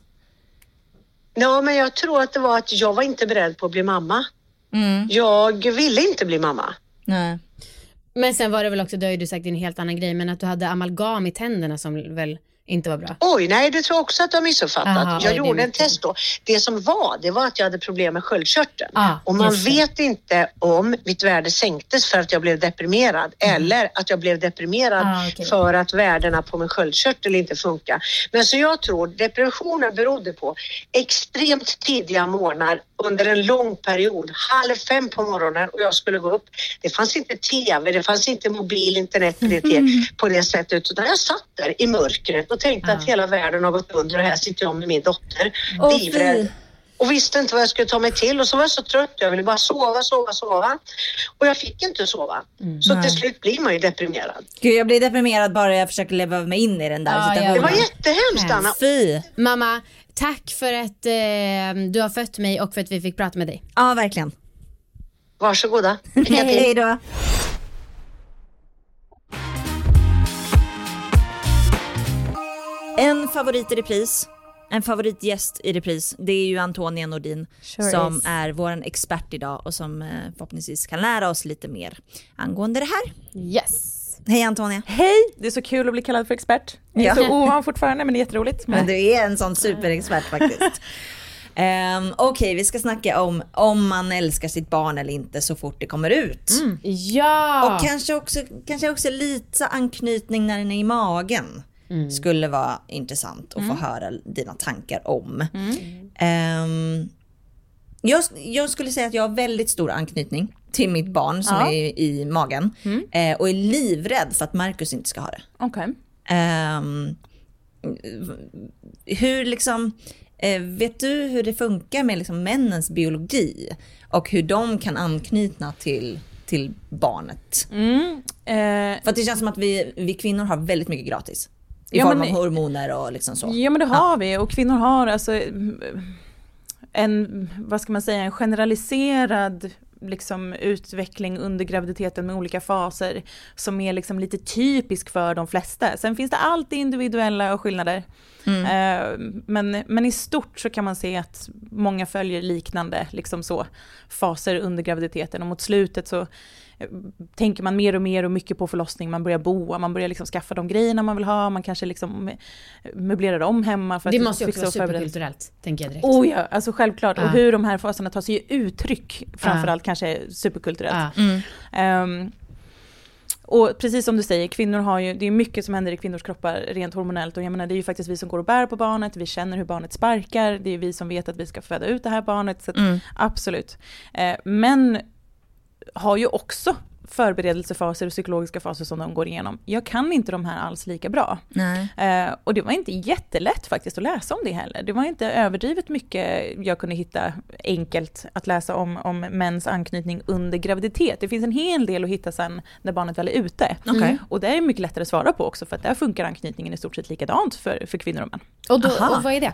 Ja, men jag tror att det var att jag var inte beredd på att bli mamma. Jag ville inte bli mamma. Nej. Men sen var det väl också, det har ju du sagt, en helt annan grej, men att du hade amalgam i tänderna som väl inte var bra. Oj, nej, det tror jag också att du har missuppfattat. Jag gjorde en test då. Det var att jag hade problem med sköldkörteln. Och man vet inte om mitt värde sänktes för att jag blev deprimerad eller att jag blev deprimerad för att värdena på min sköldkörtel inte funkar. Men så jag tror depressionen berodde på extremt tidiga morgnar under en lång period. 4:30 på morgonen och jag skulle gå upp. Det fanns inte tv, det fanns inte mobil, internet på det sättet. Utan jag satt där i mörkret och tänkte att hela världen har gått under och här sitter jag med min dotter. Livrädd. Och visste inte vad jag skulle ta mig till. Och så var jag så trött. Jag ville bara sova. Och jag fick inte sova. Så till slut blir man ju deprimerad. Gud, jag blir deprimerad bara jag försöker leva mig in i den där situationen. Det var jättehemskt, Anna. Fy. Mamma, tack för att du har fött mig och för att vi fick prata med dig. Ja, verkligen. Varsågoda. Hej då. En favorit i repris, en favoritgäst i repris, det är ju Antonia Nordin som är vår expert idag och som förhoppningsvis kan lära oss lite mer angående det här. Yes! Hej Antonia. Hej, det är så kul att bli kallad för expert. Jag är så ovan fortfarande, men det är jätteroligt. Men du är en sån superexpert faktiskt. Okej, vi ska snacka om man älskar sitt barn eller inte så fort det kommer ut. Ja! Och kanske också lite anknytning när den är i magen. Skulle vara intressant att få höra dina tankar om. Jag skulle säga att jag har väldigt stor anknytning till mitt barn som är i magen. Och är livrädd för att Marcus inte ska ha det. Okej. Hur liksom... vet du hur det funkar med liksom männens biologi och hur de kan anknyta till barnet? För att det känns som att vi kvinnor har väldigt mycket gratis i form av hormoner och liksom så. Ja, men det har vi, och kvinnor har alltså en generaliserad liksom utveckling under graviditeten med olika faser som är liksom lite typisk för de flesta. Sen finns det alltid individuella och skillnader. Men i stort så kan man se att många följer liknande liksom så faser under graviditeten, och mot slutet så tänker man mer och mer och mycket på förlossning. Man börjar boa, man börjar liksom skaffa de grejerna man vill ha, man kanske liksom möblerar om hemma för det att måste ju också vara superkulturellt, tänker jag direkt. Oh ja, alltså självklart. Och hur de här faserna tar sig uttryck, framförallt kanske superkulturellt. Och precis som du säger, kvinnor har ju, det är mycket som händer i kvinnors kroppar rent hormonellt, och jag menar, det är ju faktiskt vi som går och bär på barnet, vi känner hur barnet sparkar, det är vi som vet att vi ska föda ut det här barnet, så att, absolut. Men har ju också förberedelsefaser och psykologiska faser som de går igenom. Jag kan inte de här alls lika bra. Och det var inte jättelätt faktiskt att läsa om det heller. Det var inte överdrivet mycket jag kunde hitta enkelt att läsa om mäns anknytning under graviditet. Det finns en hel del att hitta sen när barnet väl är ute. Och det är mycket lättare att svara på också, för att där funkar anknytningen i stort sett likadant för kvinnor och män. Och vad är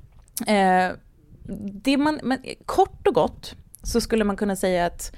det? Men kort och gott så skulle man kunna säga att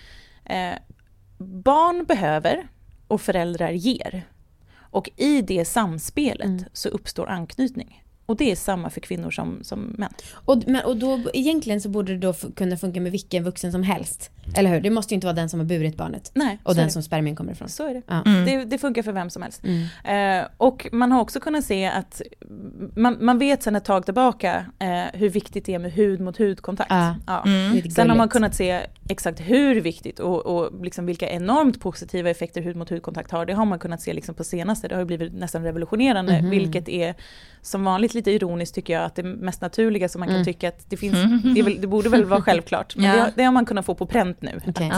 barn behöver och föräldrar ger. Och i det samspelet så uppstår anknytning. Och det är samma för kvinnor som män. Och då egentligen så borde det då kunna funka med vilken vuxen som helst. Eller hur? Det måste ju inte vara den som har burit barnet. Nej, och den som spermien kommer ifrån. Så är det. Det funkar för vem som helst. Och man har också kunnat se att man vet sedan ett tag tillbaka hur viktigt det är med hud mot hudkontakt. Sen har man kunnat se exakt hur viktigt och liksom vilka enormt positiva effekter hud mot hudkontakt har. Det har man kunnat se liksom på senaste. Det har ju blivit nästan revolutionerande, vilket är som vanligt lite ironiskt, tycker jag, att det mest naturliga som man kan tycka att det finns, det borde väl vara självklart, men det har man kunnat få på pränt nu.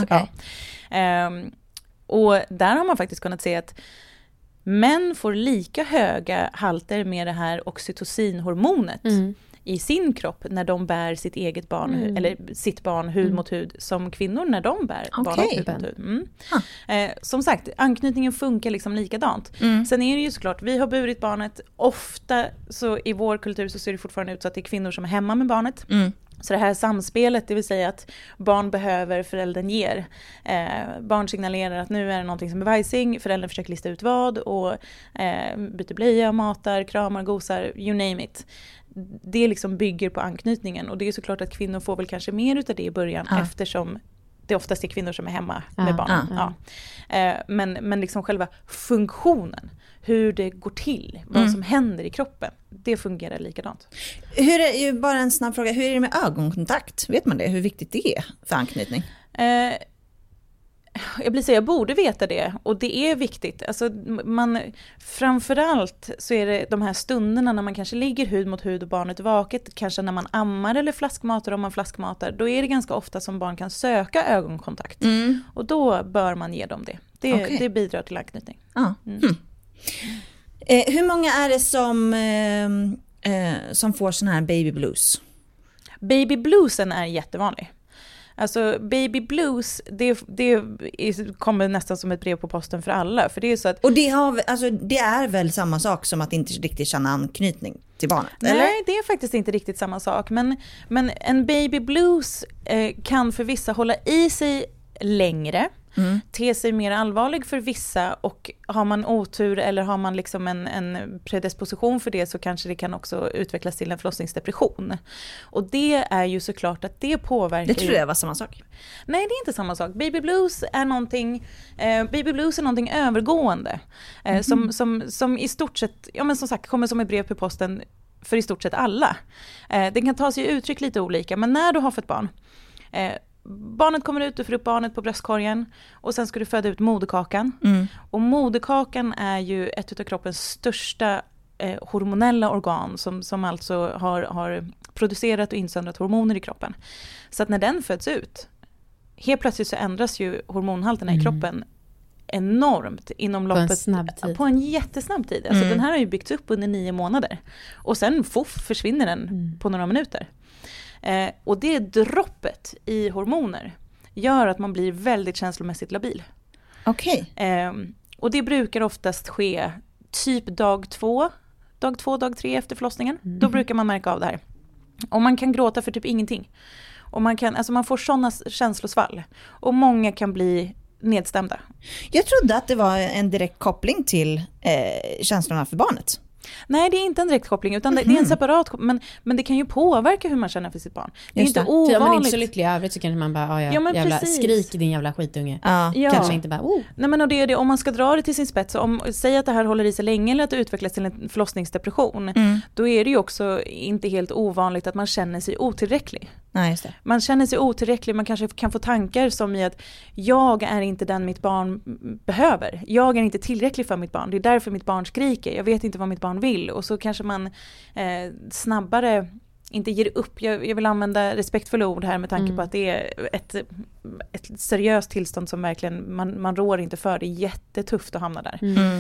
Och där har man faktiskt kunnat se att män får lika höga halter med det här oxytocinhormonet i sin kropp när de bär sitt eget barn eller sitt barn hud mot hud som kvinnor när de bär barn hud mot hud. Som sagt, anknytningen funkar liksom likadant. Sen är det ju såklart, vi har burit barnet, ofta så i vår kultur så ser det fortfarande ut så att det är kvinnor som är hemma med barnet. Så det här samspelet, det vill säga att barn behöver, föräldern ger. Barn signalerar att nu är det någonting som är vajsing, föräldern försöker lista ut vad och byter blöja, matar, kramar, gosar, you name it. Det liksom bygger på anknytningen, och det är såklart att kvinnor får väl kanske mer utav det i början eftersom det oftast är kvinnor som är hemma med barn. Men liksom själva funktionen, hur det går till, vad som händer i kroppen, det fungerar likadant. Hur är ju bara en snabb fråga, hur är det med ögonkontakt? Vet man det? Hur viktigt det är för anknytning? Jag borde veta det, och det är viktigt. Alltså framförallt så är det de här stunderna när man kanske ligger hud mot hud och barnet är vaket, kanske när man ammar eller flaskmatar, om man flaskmatar, då är det ganska ofta som barn kan söka ögonkontakt. Och då bör man ge dem det. Det bidrar till anknytning. Hur många är det som får sån här baby blues? Baby bluesen är jättevanlig. Alltså baby blues, det kommer nästan som ett brev på posten för alla, för det är så att, och det är väl samma sak som att inte riktigt känna anknytning till barnet, eller? Nej, det är faktiskt inte riktigt samma sak, men en baby blues kan för vissa hålla i sig längre, ter sig mer allvarlig för vissa, och har man otur eller har man liksom en predisposition för det, så kanske det kan också utvecklas till en förlossningsdepression. Och det är ju såklart att det påverkar... Det tror jag var samma sak. Nej, det är inte samma sak. Baby blues är någonting övergående som i stort sett, ja men som sagt, kommer som ett brev på posten för i stort sett alla. Det kan ta sig uttryck lite olika, men när du har fått barn, barnet kommer ut, du får upp barnet på bröstkorgen och sen ska du föda ut moderkakan. Och moderkakan är ju ett av kroppens största hormonella organ som alltså har producerat och insöndrat hormoner i kroppen. Så att när den föds ut, helt plötsligt så ändras ju hormonhalterna i kroppen enormt inom loppet på en jättesnabb tid. Alltså den här har ju byggts upp under 9 månader. Och sen försvinner den på några minuter. Och det droppet i hormoner gör att man blir väldigt känslomässigt labil. Okej. Och det brukar oftast ske typ dag 3 efter förlossningen. Då brukar man märka av det här. Och man kan gråta för typ ingenting. Och man får sådana känslosvall. Och många kan bli nedstämda. Jag trodde att det var en direkt koppling till känslorna för barnet. Nej, det är inte en direkt koppling, utan det är en separat koppling, men det kan ju påverka hur man känner för sitt barn. Det är inte ovanligt. Om man är inte så lycklig i övrigt så kanske man bara, jävla skrik din jävla skitunge. Kanske inte bara, Nej, men och det är det, om man ska dra det till sin spets, säg att det här håller i sig länge eller att det utvecklas till en förlossningsdepression, då är det ju också inte helt ovanligt att man känner sig otillräcklig. Nej, just det. Man känner sig otillräcklig, man kanske kan få tankar som i att jag är inte den mitt barn behöver. Jag är inte tillräcklig för mitt barn. Det är därför mitt barn skriker. Jag vet inte vad mitt barn vill. Och så kanske man snabbare inte ger upp. Jag vill använda respektfulla ord här med tanke på att det är ett seriöst tillstånd som verkligen man rår inte för. Det är jättetufft att hamna där.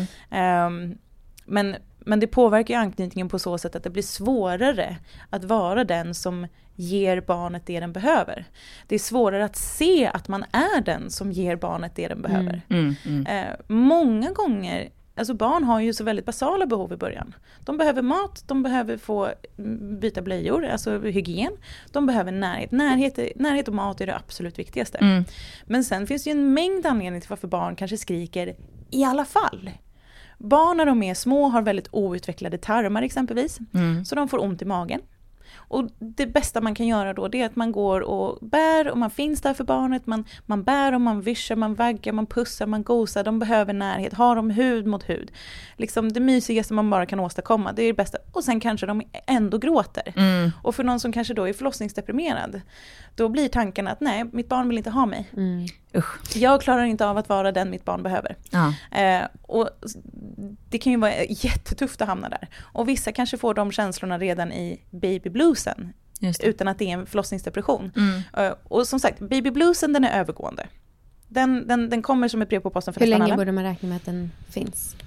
Men det påverkar ju anknytningen på så sätt att det blir svårare att vara den som ger barnet det den behöver. Det är svårare att se att man är den som ger barnet det den behöver. Många gånger, alltså barn har ju så väldigt basala behov i början. De behöver mat, de behöver få byta blöjor, alltså hygien. De behöver närhet. Närhet och mat är det absolut viktigaste. Men sen finns det ju en mängd anledningar till varför barn kanske skriker i alla fall. Barn när de är små har väldigt outvecklade tarmar exempelvis. Så de får ont i magen. Och det bästa man kan göra då, det är att man går och bär och man finns där för barnet. Man bär och man vyschar, man vaggar, man pussar, man gosar. De behöver närhet. Har de hud mot hud. Liksom det mysigaste man bara kan åstadkomma. Det är det bästa. Och sen kanske de ändå gråter. Och för någon som kanske då är förlossningsdeprimerad, då blir tanken att nej, mitt barn vill inte ha mig. Jag klarar inte av att vara den mitt barn behöver. Och det kan ju vara jättetufft att hamna där. Och vissa kanske får de känslorna redan i baby bluesen. Utan att det är en förlossningsdepression. Och som sagt, baby bluesen, den är övergående. Den kommer som ett brev på posten för hur länge alla. borde man räkna med att den finns?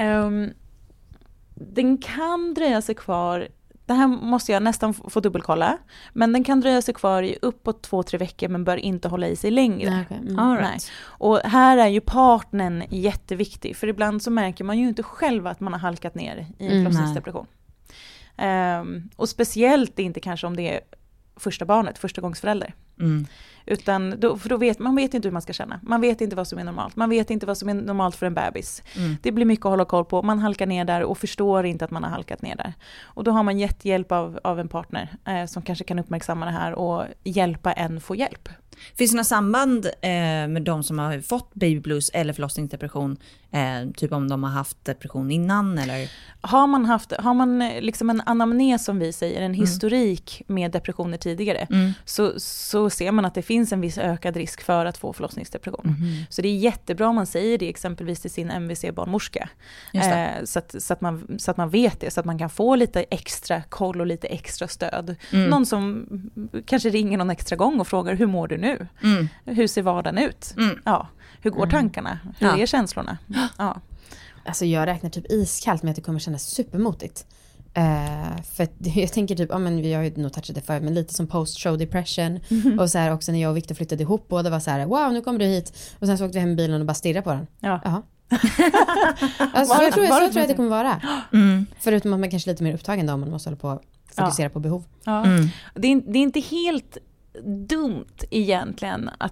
Den kan dröja sig kvar. Det här måste jag nästan få dubbelkolla. Men den kan dröja sig kvar i uppåt 2-3 veckor, men bör inte hålla i sig längre. Nej. Och här är ju partnern jätteviktig. För ibland så märker man ju inte själv att man har halkat ner i en förlossningsdepression. Och speciellt inte kanske om det är första gångsförälder. Utan då vet man inte hur man ska känna. Man vet inte vad som är normalt. Man vet inte vad som är normalt för en bebis. Det blir mycket att hålla koll på. Man halkar ner där och förstår inte att man har halkat ner där. Och då har man gett hjälp av en partner som kanske kan uppmärksamma det här och hjälpa en få hjälp. Finns det några samband med de som har fått baby blues eller förlossningsdepression? Typ om de har haft depression innan? Eller? Har man liksom en anamnes som vi säger, en historik med depressioner tidigare, så ser man att det finns en viss ökad risk för att få förlossningsdepression. Så det är jättebra om man säger det exempelvis till sin MVC-barnmorska. Så att man vet det, så att man kan få lite extra koll och lite extra stöd. Någon som kanske ringer någon extra gång och frågar, hur mår du nu? Hur ser vardagen ut? Hur går tankarna? Hur är känslorna? Alltså jag räknar typ iskallt med att det kommer kännas supermotigt. För jag tänker typ, vi har ju nog touchat det förut, men lite som post-show depression. Och så här också när jag och Victor flyttade ihop, båda var så här, wow, nu kommer du hit. Och sen så åkte vi hem i bilen och bara stirrade på den. Alltså, så tror jag att det kommer vara. Förutom att man kanske är lite mer upptagen då, om man måste hålla på och fokusera på behov. Det är inte helt dumt egentligen att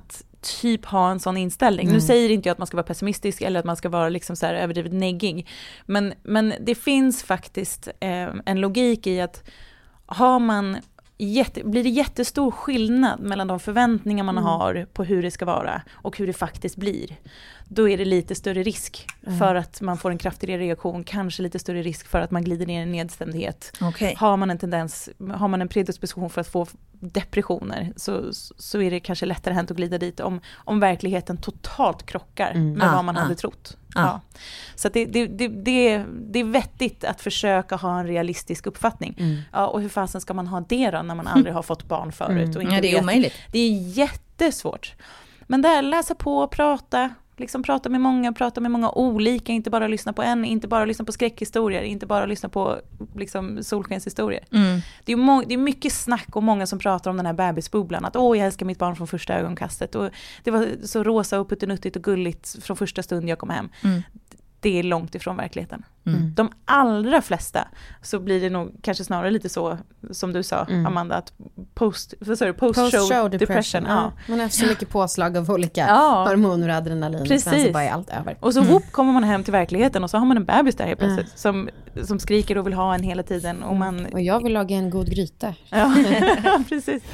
typ ha en sån inställning. Nu säger inte jag att man ska vara pessimistisk eller att man ska vara liksom så här överdrivet neggig. Men det finns faktiskt en logik i att blir det jättestor skillnad mellan de förväntningar man har på hur det ska vara och hur det faktiskt blir. Då är det lite större risk för att man får en kraftigare reaktion, kanske lite större risk för att man glider ner i nedstämdhet. Okay. Har man en predisposition för att få depressioner så är det kanske lättare hänt att glida dit om verkligheten totalt krockar med vad man hade trott. Ja. Så att det är vettigt att försöka ha en realistisk uppfattning. Ja, och hur fasen ska man ha det då när man aldrig har fått barn förut? Och inte det är omöjligt. Det är jättesvårt. Men där, läsa på och prata. Liksom prata med många olika, inte bara lyssna på en, inte bara lyssna på skräckhistorier, inte bara lyssna på liksom solskenshistorier. Det är mycket snack och många som pratar om den här bebisbubblan, att jag älskar mitt barn från första ögonkastet och det var så rosa och puttenuttigt och gulligt från första stund jag kom hem. Det är långt ifrån verkligheten. De allra flesta så blir det nog kanske snarare lite så som du sa, Amanda, att post-show depression. Ja. Man har så mycket påslag av olika hormoner och adrenalin. Precis. Och sen så bara är allt över. Och så kommer man hem till verkligheten och så har man en bebis där helt plötsligt som skriker och vill ha en hela tiden. Och jag vill laga en god gryta. Ja, precis.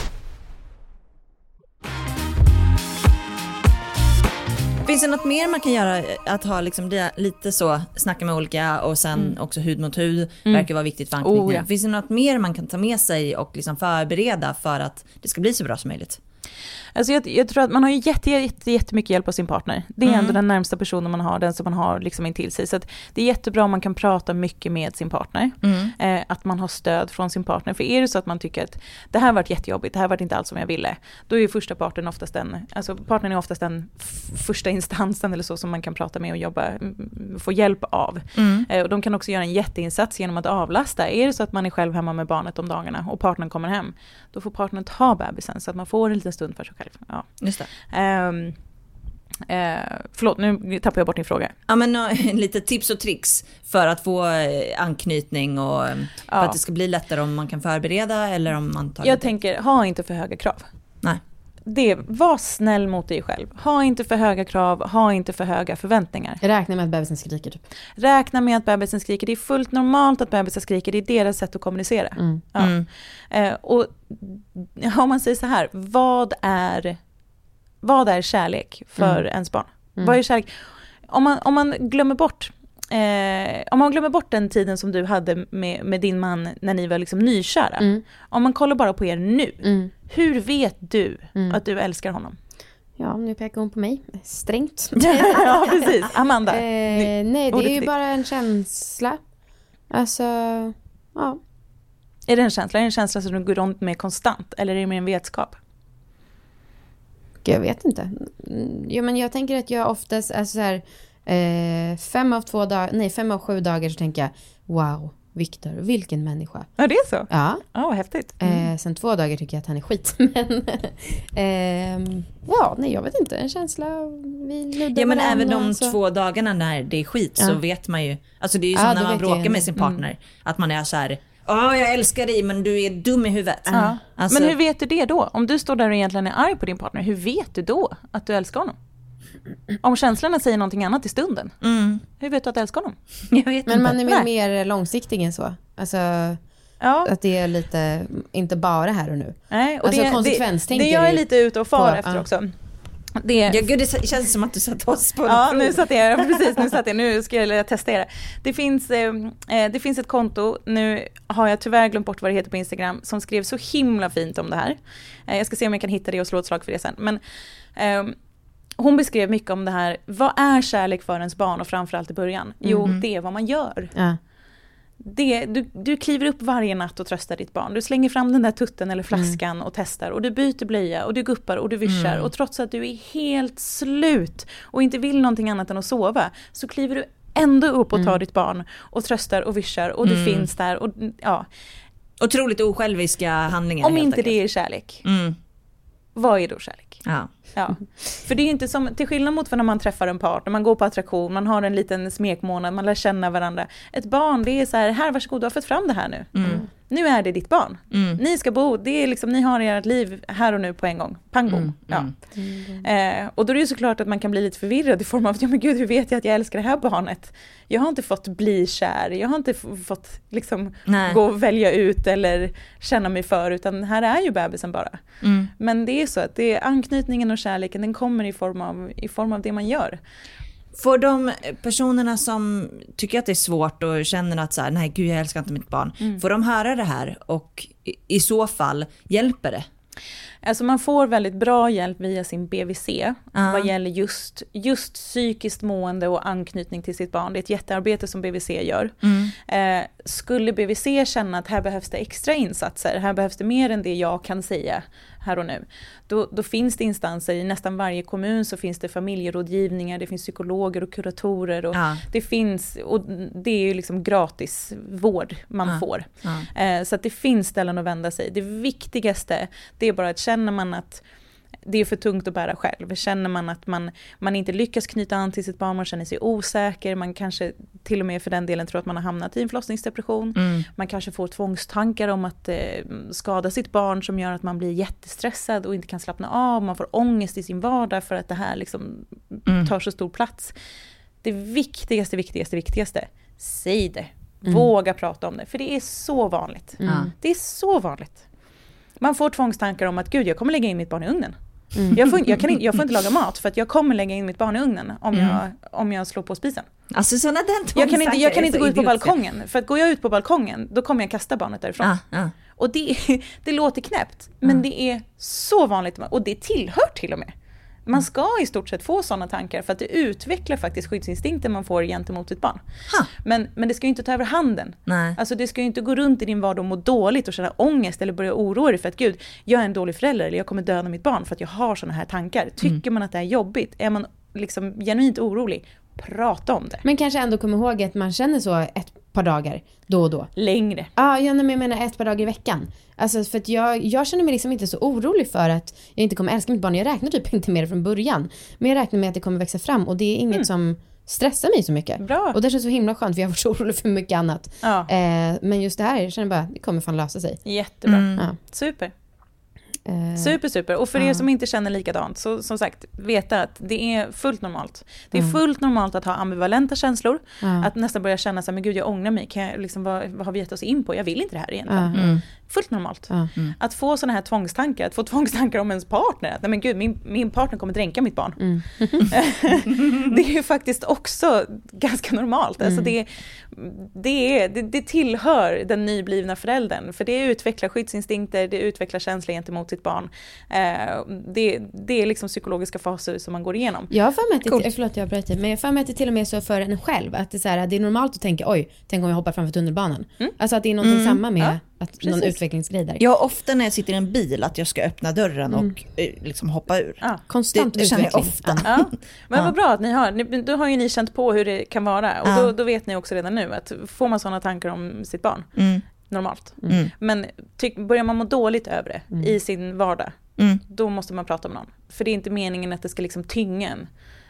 Finns det något mer man kan göra, att ha liksom lite så, snacka med olika och sen också hud mot hud, verkar vara viktigt för anknytningen. Finns det något mer man kan ta med sig och liksom förbereda för att det ska bli så bra som möjligt? Alltså jag tror att man har ju jättemycket hjälp av sin partner. Det är ändå den närmsta personen man har, den som man har liksom intill sig. Så att det är jättebra om man kan prata mycket med sin partner. Att man har stöd från sin partner. För är det så att man tycker att det här har varit jättejobbigt, det här har varit inte alls som jag ville, då är ju partnern är oftast den första instansen eller så som man kan prata med och få hjälp av. Och de kan också göra en jätteinsats genom att avlasta. Är det så att man är själv hemma med barnet om dagarna och partnern kommer hem, då får partnern ta bebisen så att man får en liten stund för sig själv. Ja. Just det. Förlåt, nu tappar jag bort din fråga. Ja, men lite tips och tricks för att få anknytning och för att det ska bli lättare om man kan förbereda eller om man tar Jag tänker, ha inte för höga krav. Nej. Var snäll mot dig själv. Ha inte för höga krav, ha inte för höga förväntningar. Räkna med att bebisen skriker typ. Räkna med att bebisen skriker. Det är fullt normalt att bebisen skriker. Det är deras sätt att kommunicera. Och om man säger så här, vad är kärlek för ens barn? Vad är kärlek? Om man glömmer bort den tiden som du hade med din man när ni var liksom nykära. Om man kollar bara på er nu. Hur vet du att du älskar honom? Ja, nu pekar hon på mig. Strängt. Ja, precis. Amanda. Nej, det är ju bara en känsla. Alltså, ja. Är det en känsla? Är det en känsla som du går runt med konstant? Eller är det mer en vetskap? Jag vet inte. Jo, men jag tänker att jag oftast är så här 5 av 7 dagar så tänker jag, wow, Viktor, vilken människa. Ja, det är så? Ja. Vad häftigt. Sen 2 dagar tycker jag att han är skit. Men jag vet inte. En känsla, vi nuddar. Ja, men även de 2 dagarna när det är skit så vet man ju. Alltså det är ju som när man bråkar med sin partner. Att man är så här, jag älskar dig men du är dum i huvudet. Alltså, men hur vet du det då? Om du står där och egentligen är arg på din partner, hur vet du då att du älskar honom? Om känslorna säger någonting annat i stunden. Hur vet du att du älskar honom? Jag vet men man är mer långsiktig än så. Alltså att det är lite, inte bara här och nu. Nej, och alltså konsekvenstänker. Det jag är lite ute och far efter också. Gud, det känns som att du satt oss på nu satt jag. Nu ska jag testa. Det finns ett konto, nu har jag tyvärr glömt bort vad det heter på Instagram, som skrev så himla fint om det här. Jag ska se om jag kan hitta det och slå ett slag för det sen. Men hon beskrev mycket om det här. Vad är kärlek för ens barn och framförallt i början? Jo, det är vad man gör. Du kliver upp varje natt och tröstar ditt barn. Du slänger fram den där tutten eller flaskan och testar. Och du byter blöja och du guppar och du vischar. Och trots att du är helt slut och inte vill någonting annat än att sova, så kliver du ändå upp och tar ditt barn och tröstar och vischar. Och du finns där. Och, otroligt osjälviska handlingar. Om inte det är kärlek. Vad är då kärlek? Ja. För det är inte som, till skillnad mot för när man träffar en partner, man går på attraktion, man har en liten smekmånad, man lär känna varandra. Ett barn, det är så här varsågod, du har fått fram det här nu. nu är det ditt barn. Ni ska bo, det är liksom, ni har ert liv här och nu på en gång. Pang bom. Och då är det ju såklart att man kan bli lite förvirrad i form av, ja men gud, hur vet jag att jag älskar det här barnet? Jag har inte fått bli kär, jag har inte fått liksom gå och välja ut eller känna mig för, utan här är ju bebisen bara. Men det är så att det är anknytningen och kärleken, den kommer i form av det man gör. För de personerna som tycker att det är svårt och känner att så här, nej gud jag älskar inte mitt barn, får de höra det här och i så fall hjälper det? Alltså man får väldigt bra hjälp via sin BVC vad gäller just psykiskt mående och anknytning till sitt barn. Det är ett jättearbete som BVC gör. Skulle BVC känna att här behövs det extra insatser, här behövs det mer än det jag kan säga här och nu, då finns det instanser i nästan varje kommun, så finns det familjerådgivningar, det finns psykologer och kuratorer och det finns, och det är ju liksom gratis vård man får. Så att det finns ställen att vända sig. Det viktigaste, det är bara att känner man att det är för tungt att bära själv. Känner man att man inte lyckas knyta an till sitt barn, man känner sig osäker, man kanske till och med för den delen tror att man har hamnat i en förlossningsdepression. Man kanske får tvångstankar om att skada sitt barn som gör att man blir jättestressad och inte kan slappna av. Man får ångest i sin vardag för att det här liksom tar så stor plats. Det viktigaste, säg det. Våga prata om det, för det är så vanligt. Det är så vanligt. Man får tvångstankar om att gud, jag kommer lägga in mitt barn i ugnen. Jag får inte laga mat för att jag kommer lägga in mitt barn i ugnen om jag slår på spisen. Alltså sådana jag kan inte gå ut på balkongen, för att går jag ut på balkongen då kommer jag kasta barnet därifrån. Och det låter knäppt, men det är så vanligt, och det tillhör till och med. Man ska i stort sett få sådana tankar för att det utvecklar faktiskt skyddsinstinkten man får gentemot sitt barn. Men det ska ju inte ta över handen. Alltså det ska ju inte gå runt i din vardag och må dåligt och känna ångest eller börja oroa dig för att gud, jag är en dålig förälder eller jag kommer döda mitt barn för att jag har sådana här tankar. Tycker man att det är jobbigt, är man liksom genuint orolig, prata om det. Men kanske ändå komma ihåg att man känner så ett par dagar då och då. Längre. Ja, jag menar ett par dagar i veckan. Alltså för att jag känner mig liksom inte så orolig för att jag inte kommer älska mitt barn. Jag räknar typ inte med det från början. Men jag räknar med att det kommer växa fram, och det är inget som stressar mig så mycket. Bra. Och det känns så himla skönt, för jag var så orolig för mycket annat. Men just det här, jag känner bara, det kommer fan lösa sig. Jättebra. Super. Super. Och för er som inte känner likadant, så som sagt, veta att det är fullt normalt. Det är fullt normalt att ha ambivalenta känslor. Att nästan börja känna så här, men gud, jag ångrar mig. Kan jag liksom, vad har vi gett oss in på? Jag vill inte det här egentligen. Fullt normalt. Att få såna här tvångstankar, att få tvångstankar om ens partner. Att nej men gud, min partner kommer dränka mitt barn. Det är ju faktiskt också ganska normalt. Alltså det tillhör den nyblivna föräldern. För det utvecklar skyddsinstinkter, det utvecklar känslor gentemot sitt barn. Det är liksom psykologiska faser som man går igenom. Jag har för mig att det till och med så för en själv. Att det är, så här, det är normalt att tänka, oj, tänk om jag hoppar framför tunnelbanan. Alltså att det är någonting samma med att någon utvecklingsgrej där. Jag ofta när jag sitter i en bil att jag ska öppna dörren och liksom hoppa ur. Konstant det känner jag ofta. Men vad bra att ni har. Då har ju ni känt på hur det kan vara. Och då vet ni också redan nu att får man sådana tankar om sitt barn, normalt. Men börjar man må dåligt över det i sin vardag, då måste man prata med någon. För det är inte meningen att det ska liksom tynga en.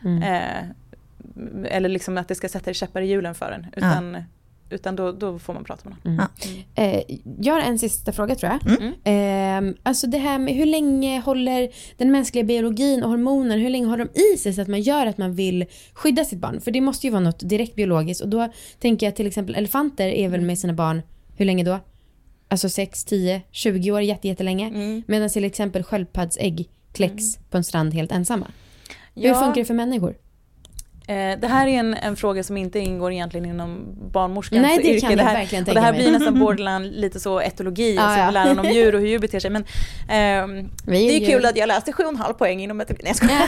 Eller liksom att det ska sätta käppar i hjulen för en. Utan då får man prata med någon. Jag har en sista fråga, tror jag. Alltså det här med hur länge håller den mänskliga biologin och hormoner, hur länge har de i sig så att man gör att man vill skydda sitt barn? För det måste ju vara något direkt biologiskt. Och då tänker jag till exempel elefanter är väl med sina barn, hur länge då? Alltså 6, 10, 20 år, jättelänge. Medan till exempel sköldpaddsägg kläcks på en strand helt ensamma. Hur funkar det för människor? Det här är en fråga som inte ingår egentligen inom barnmorskans yrke. Nej, det kan jag verkligen tänka mig. Och det här blir nästan borderline lite så etologi, alltså läran om djur och hur djur beter sig. Men det är kul att jag läste 7,5 poäng inom etologi. Nej,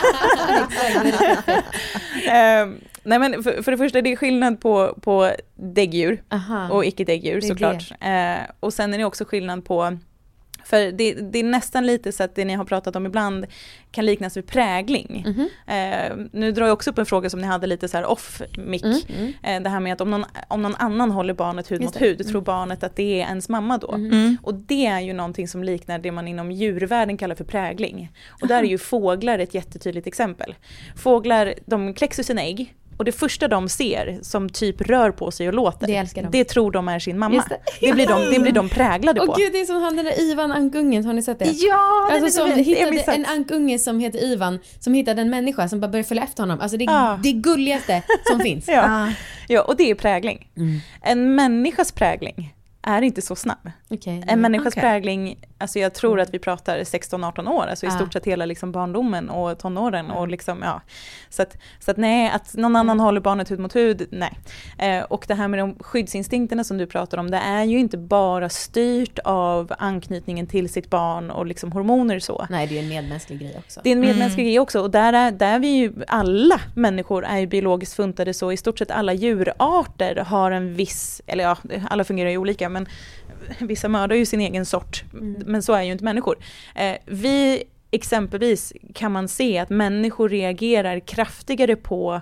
nej, men för det första, det är skillnad på däggdjur och icke-däggdjur såklart. Och sen är det också skillnad på, för det är nästan lite så att det ni har pratat om ibland kan liknas vid prägling. Nu drar jag också upp en fråga som ni hade lite så här off-mic. Det här med att om någon annan håller barnet hud mot hud, tror barnet att det är ens mamma då. Och det är ju någonting som liknar det man inom djurvärlden kallar för prägling. Och där är ju fåglar ett jättetydligt exempel. Fåglar, de kläcks ur sina ägg. Och det första de ser som typ rör på sig och låter, det älskar de. Det tror de är sin mamma. Det blir de präglade på. Åh gud, det är som han den där Ivan ankungen, har ni sett det? Ja, alltså som hittade en ankunge som heter Ivan, som hittade en människa som bara började följa efter honom. Alltså det gulligaste som finns. Ja, och det är prägling. En människas prägling är inte så snabb. En människas prägling, alltså jag tror att vi pratar 16-18 år, alltså i stort sett hela liksom barndomen och tonåren och liksom, så att nej, att någon annan håller barnet hud mot hud, nej. Och det här med de skyddsinstinkterna som du pratar om, det är ju inte bara styrt av anknytningen till sitt barn och liksom hormoner så. Nej, det är en medmänsklig grej också. Det är en medmänsklig grej också, och där vi ju, alla människor är ju biologiskt funtade, så i stort sett alla djurarter har en viss, eller alla fungerar ju olika, men vissa mördar ju sin egen sort, men så är ju inte människor. Vi exempelvis kan man se att människor reagerar kraftigare på,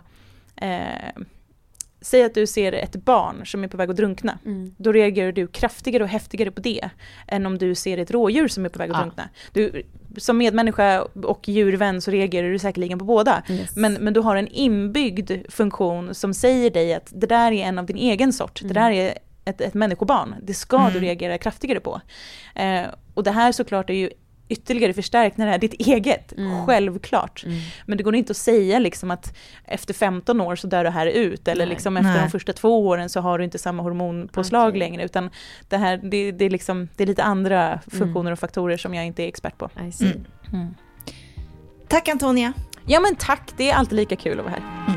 säg att du ser ett barn som är på väg att drunkna, då reagerar du kraftigare och häftigare på det än om du ser ett rådjur som är på väg att drunkna. Du, som medmänniska och djurvän så reagerar du säkerligen på båda. Yes. Men du har en inbyggd funktion som säger dig att det där är en av din egen sort, det där är ett människobarn, det ska du reagera kraftigare på. Och det här såklart är ju ytterligare förstärkt när det är ditt eget, självklart. Men det går inte att säga liksom att efter 15 år så dör det här ut, eller liksom efter de första 2 åren så har du inte samma hormonpåslag längre, utan det här, det är liksom, det är lite andra funktioner och faktorer som jag inte är expert på. I see. Tack Antonia. Ja men tack, det är alltid lika kul att vara här.